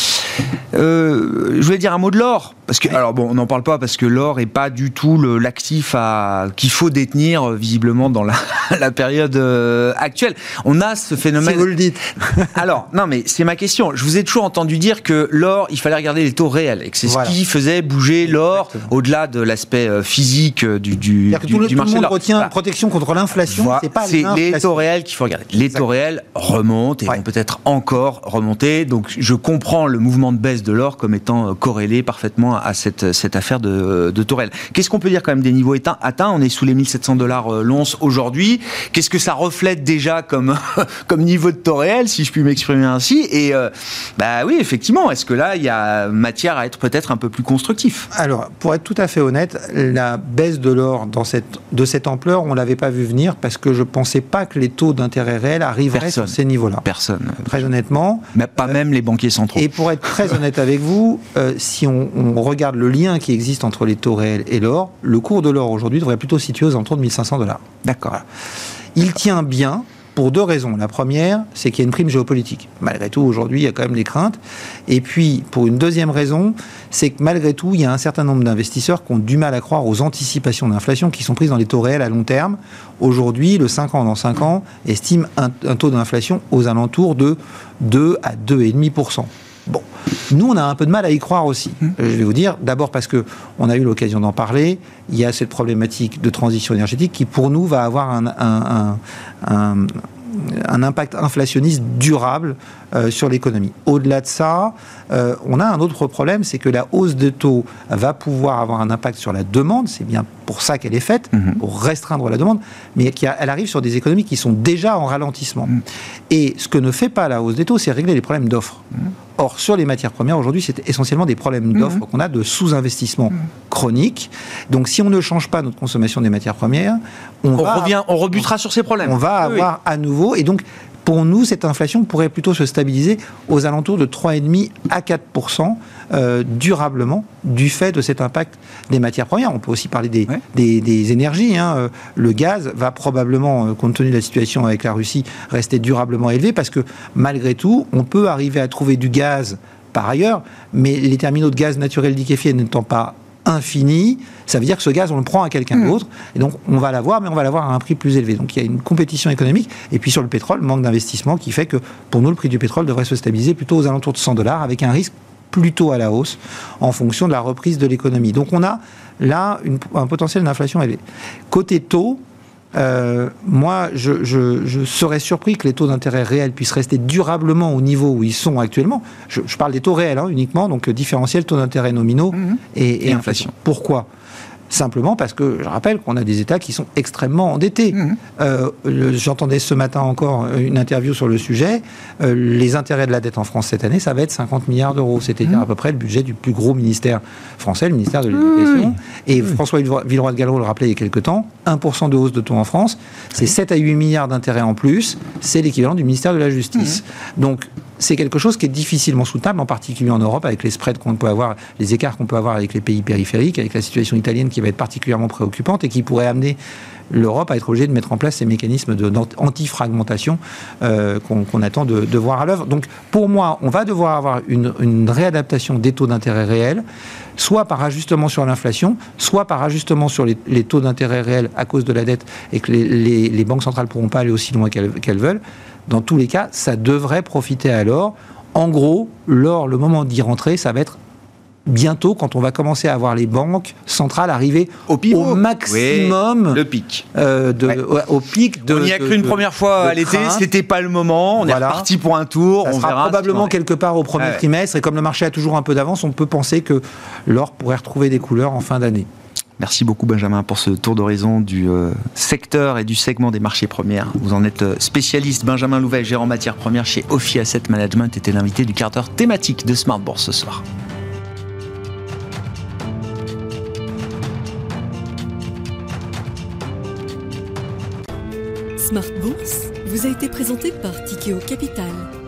Je voulais dire un mot de l'or, parce que, alors bon, on n'en parle pas parce que l'or n'est pas du tout l'actif qu'il faut détenir visiblement dans la période actuelle. On a ce phénomène. Si vous le dites. Alors, non, mais c'est ma question. Je vous ai toujours entendu dire que l'or, il fallait regarder les taux réels et que c'est ce qui faisait bouger l'or au-delà de l'aspect physique du marché. Tout le monde retient protection contre l'inflation. C'est les taux réels qu'il faut regarder. Les taux réels remontent et vont peut-être encore remonter. Donc, je comprends le mouvement de baisse de l'or comme étant corrélé parfaitement à cette affaire de taux réels. Qu'est-ce qu'on peut dire quand même des niveaux atteints ? On est sous les $1 700 l'once aujourd'hui. Qu'est-ce que ça reflète déjà comme niveau de taux réel, si je puis m'exprimer ainsi ? Et oui, effectivement, est-ce que là, il y a matière à être peut-être un peu plus constructif ? Alors, pour être tout à fait honnête, la baisse de l'or de cette ampleur, on ne l'avait pas vu venir parce que je ne pensais pas que les taux d'intérêt réels arriveraient sur ces niveaux-là. Personne. Très honnêtement. Mais pas même les banquiers centraux. Et pour être très honnête avec vous, si on regarde le lien qui existe entre les taux réels et l'or, le cours de l'or aujourd'hui devrait plutôt se situer aux alentours de $1 500. D'accord. Voilà. Il tient bien pour deux raisons. La première, c'est qu'il y a une prime géopolitique. Malgré tout, aujourd'hui, il y a quand même des craintes. Et puis, pour une deuxième raison, c'est que malgré tout, il y a un certain nombre d'investisseurs qui ont du mal à croire aux anticipations d'inflation qui sont prises dans les taux réels à long terme. Aujourd'hui, le 5 ans dans 5 ans estime un taux d'inflation aux alentours de 2 à 2,5%. Bon, nous, on a un peu de mal à y croire aussi. Je vais vous dire, d'abord parce qu'on a eu l'occasion d'en parler, il y a cette problématique de transition énergétique qui, pour nous, va avoir un impact inflationniste durable sur l'économie. Au-delà de ça, on a un autre problème, c'est que la hausse des taux va pouvoir avoir un impact sur la demande, c'est bien pour ça qu'elle est faite, pour restreindre la demande, mais elle arrive sur des économies qui sont déjà en ralentissement. Et ce que ne fait pas la hausse des taux, c'est régler les problèmes d'offres. Or, sur les matières premières, aujourd'hui, c'est essentiellement des problèmes d'offres qu'on a de sous-investissement chronique. Donc, si on ne change pas notre consommation des matières premières, on rebutera sur ces problèmes. On va avoir à nouveau, et donc, pour nous, cette inflation pourrait plutôt se stabiliser aux alentours de 3,5 à 4% durablement du fait de cet impact des matières premières. On peut aussi parler des énergies. Le gaz va probablement, compte tenu de la situation avec la Russie, rester durablement élevé parce que malgré tout, on peut arriver à trouver du gaz par ailleurs, mais les terminaux de gaz naturel liquéfié n'étant pas infini, ça veut dire que ce gaz, on le prend à quelqu'un d'autre, et donc on va l'avoir, mais on va l'avoir à un prix plus élevé. Donc il y a une compétition économique, et puis sur le pétrole, manque d'investissement qui fait que, pour nous, le prix du pétrole devrait se stabiliser plutôt aux alentours de $100, avec un risque plutôt à la hausse, en fonction de la reprise de l'économie. Donc on a là un potentiel d'inflation élevé. Côté taux, moi, je serais surpris que les taux d'intérêt réels puissent rester durablement au niveau où ils sont actuellement. Je parle des taux réels uniquement, donc différentiel taux d'intérêt nominaux et inflation. Pourquoi ? Simplement parce que je rappelle qu'on a des États qui sont extrêmement endettés. J'entendais ce matin encore une interview sur le sujet. Les intérêts de la dette en France cette année, ça va être 50 milliards d'euros. C'est-à-dire à peu près le budget du plus gros ministère français, le ministère de l'Éducation. Et François Villeroy de Galhau le rappelait il y a quelques temps, 1% de hausse de taux en France, c'est 7 à 8 milliards d'intérêts en plus. C'est l'équivalent du ministère de la Justice. Donc, c'est quelque chose qui est difficilement soutenable, en particulier en Europe, avec les spreads qu'on peut avoir, les écarts qu'on peut avoir avec les pays périphériques, avec la situation italienne qui va être particulièrement préoccupante et qui pourrait amener l'Europe à être obligée de mettre en place ces mécanismes d'anti-fragmentation qu'on attend de voir à l'œuvre. Donc, pour moi, on va devoir avoir une réadaptation des taux d'intérêt réels, soit par ajustement sur l'inflation, soit par ajustement sur les taux d'intérêt réels à cause de la dette et que les banques centrales ne pourront pas aller aussi loin qu'elles veulent. Dans tous les cas, ça devrait profiter à l'or. En gros, l'or, le moment d'y rentrer, ça va être bientôt, quand on va commencer à voir les banques centrales arriver au maximum, le pic. Au pic de. On y a cru une première fois à l'été, c'était pas le moment. On est reparti pour un tour. Ça sera probablement quelque part au premier trimestre. Et comme le marché a toujours un peu d'avance, on peut penser que l'or pourrait retrouver des couleurs en fin d'année. Merci beaucoup Benjamin pour ce tour d'horizon du secteur et du segment des marchés premiers. Vous en êtes spécialiste. Benjamin Louvet, gérant matières premières chez Ophi Asset Management, était l'invité du quart d'heure thématique de Smart Bourse ce soir. Smart Bourse vous a été présenté par Tikeo Capital.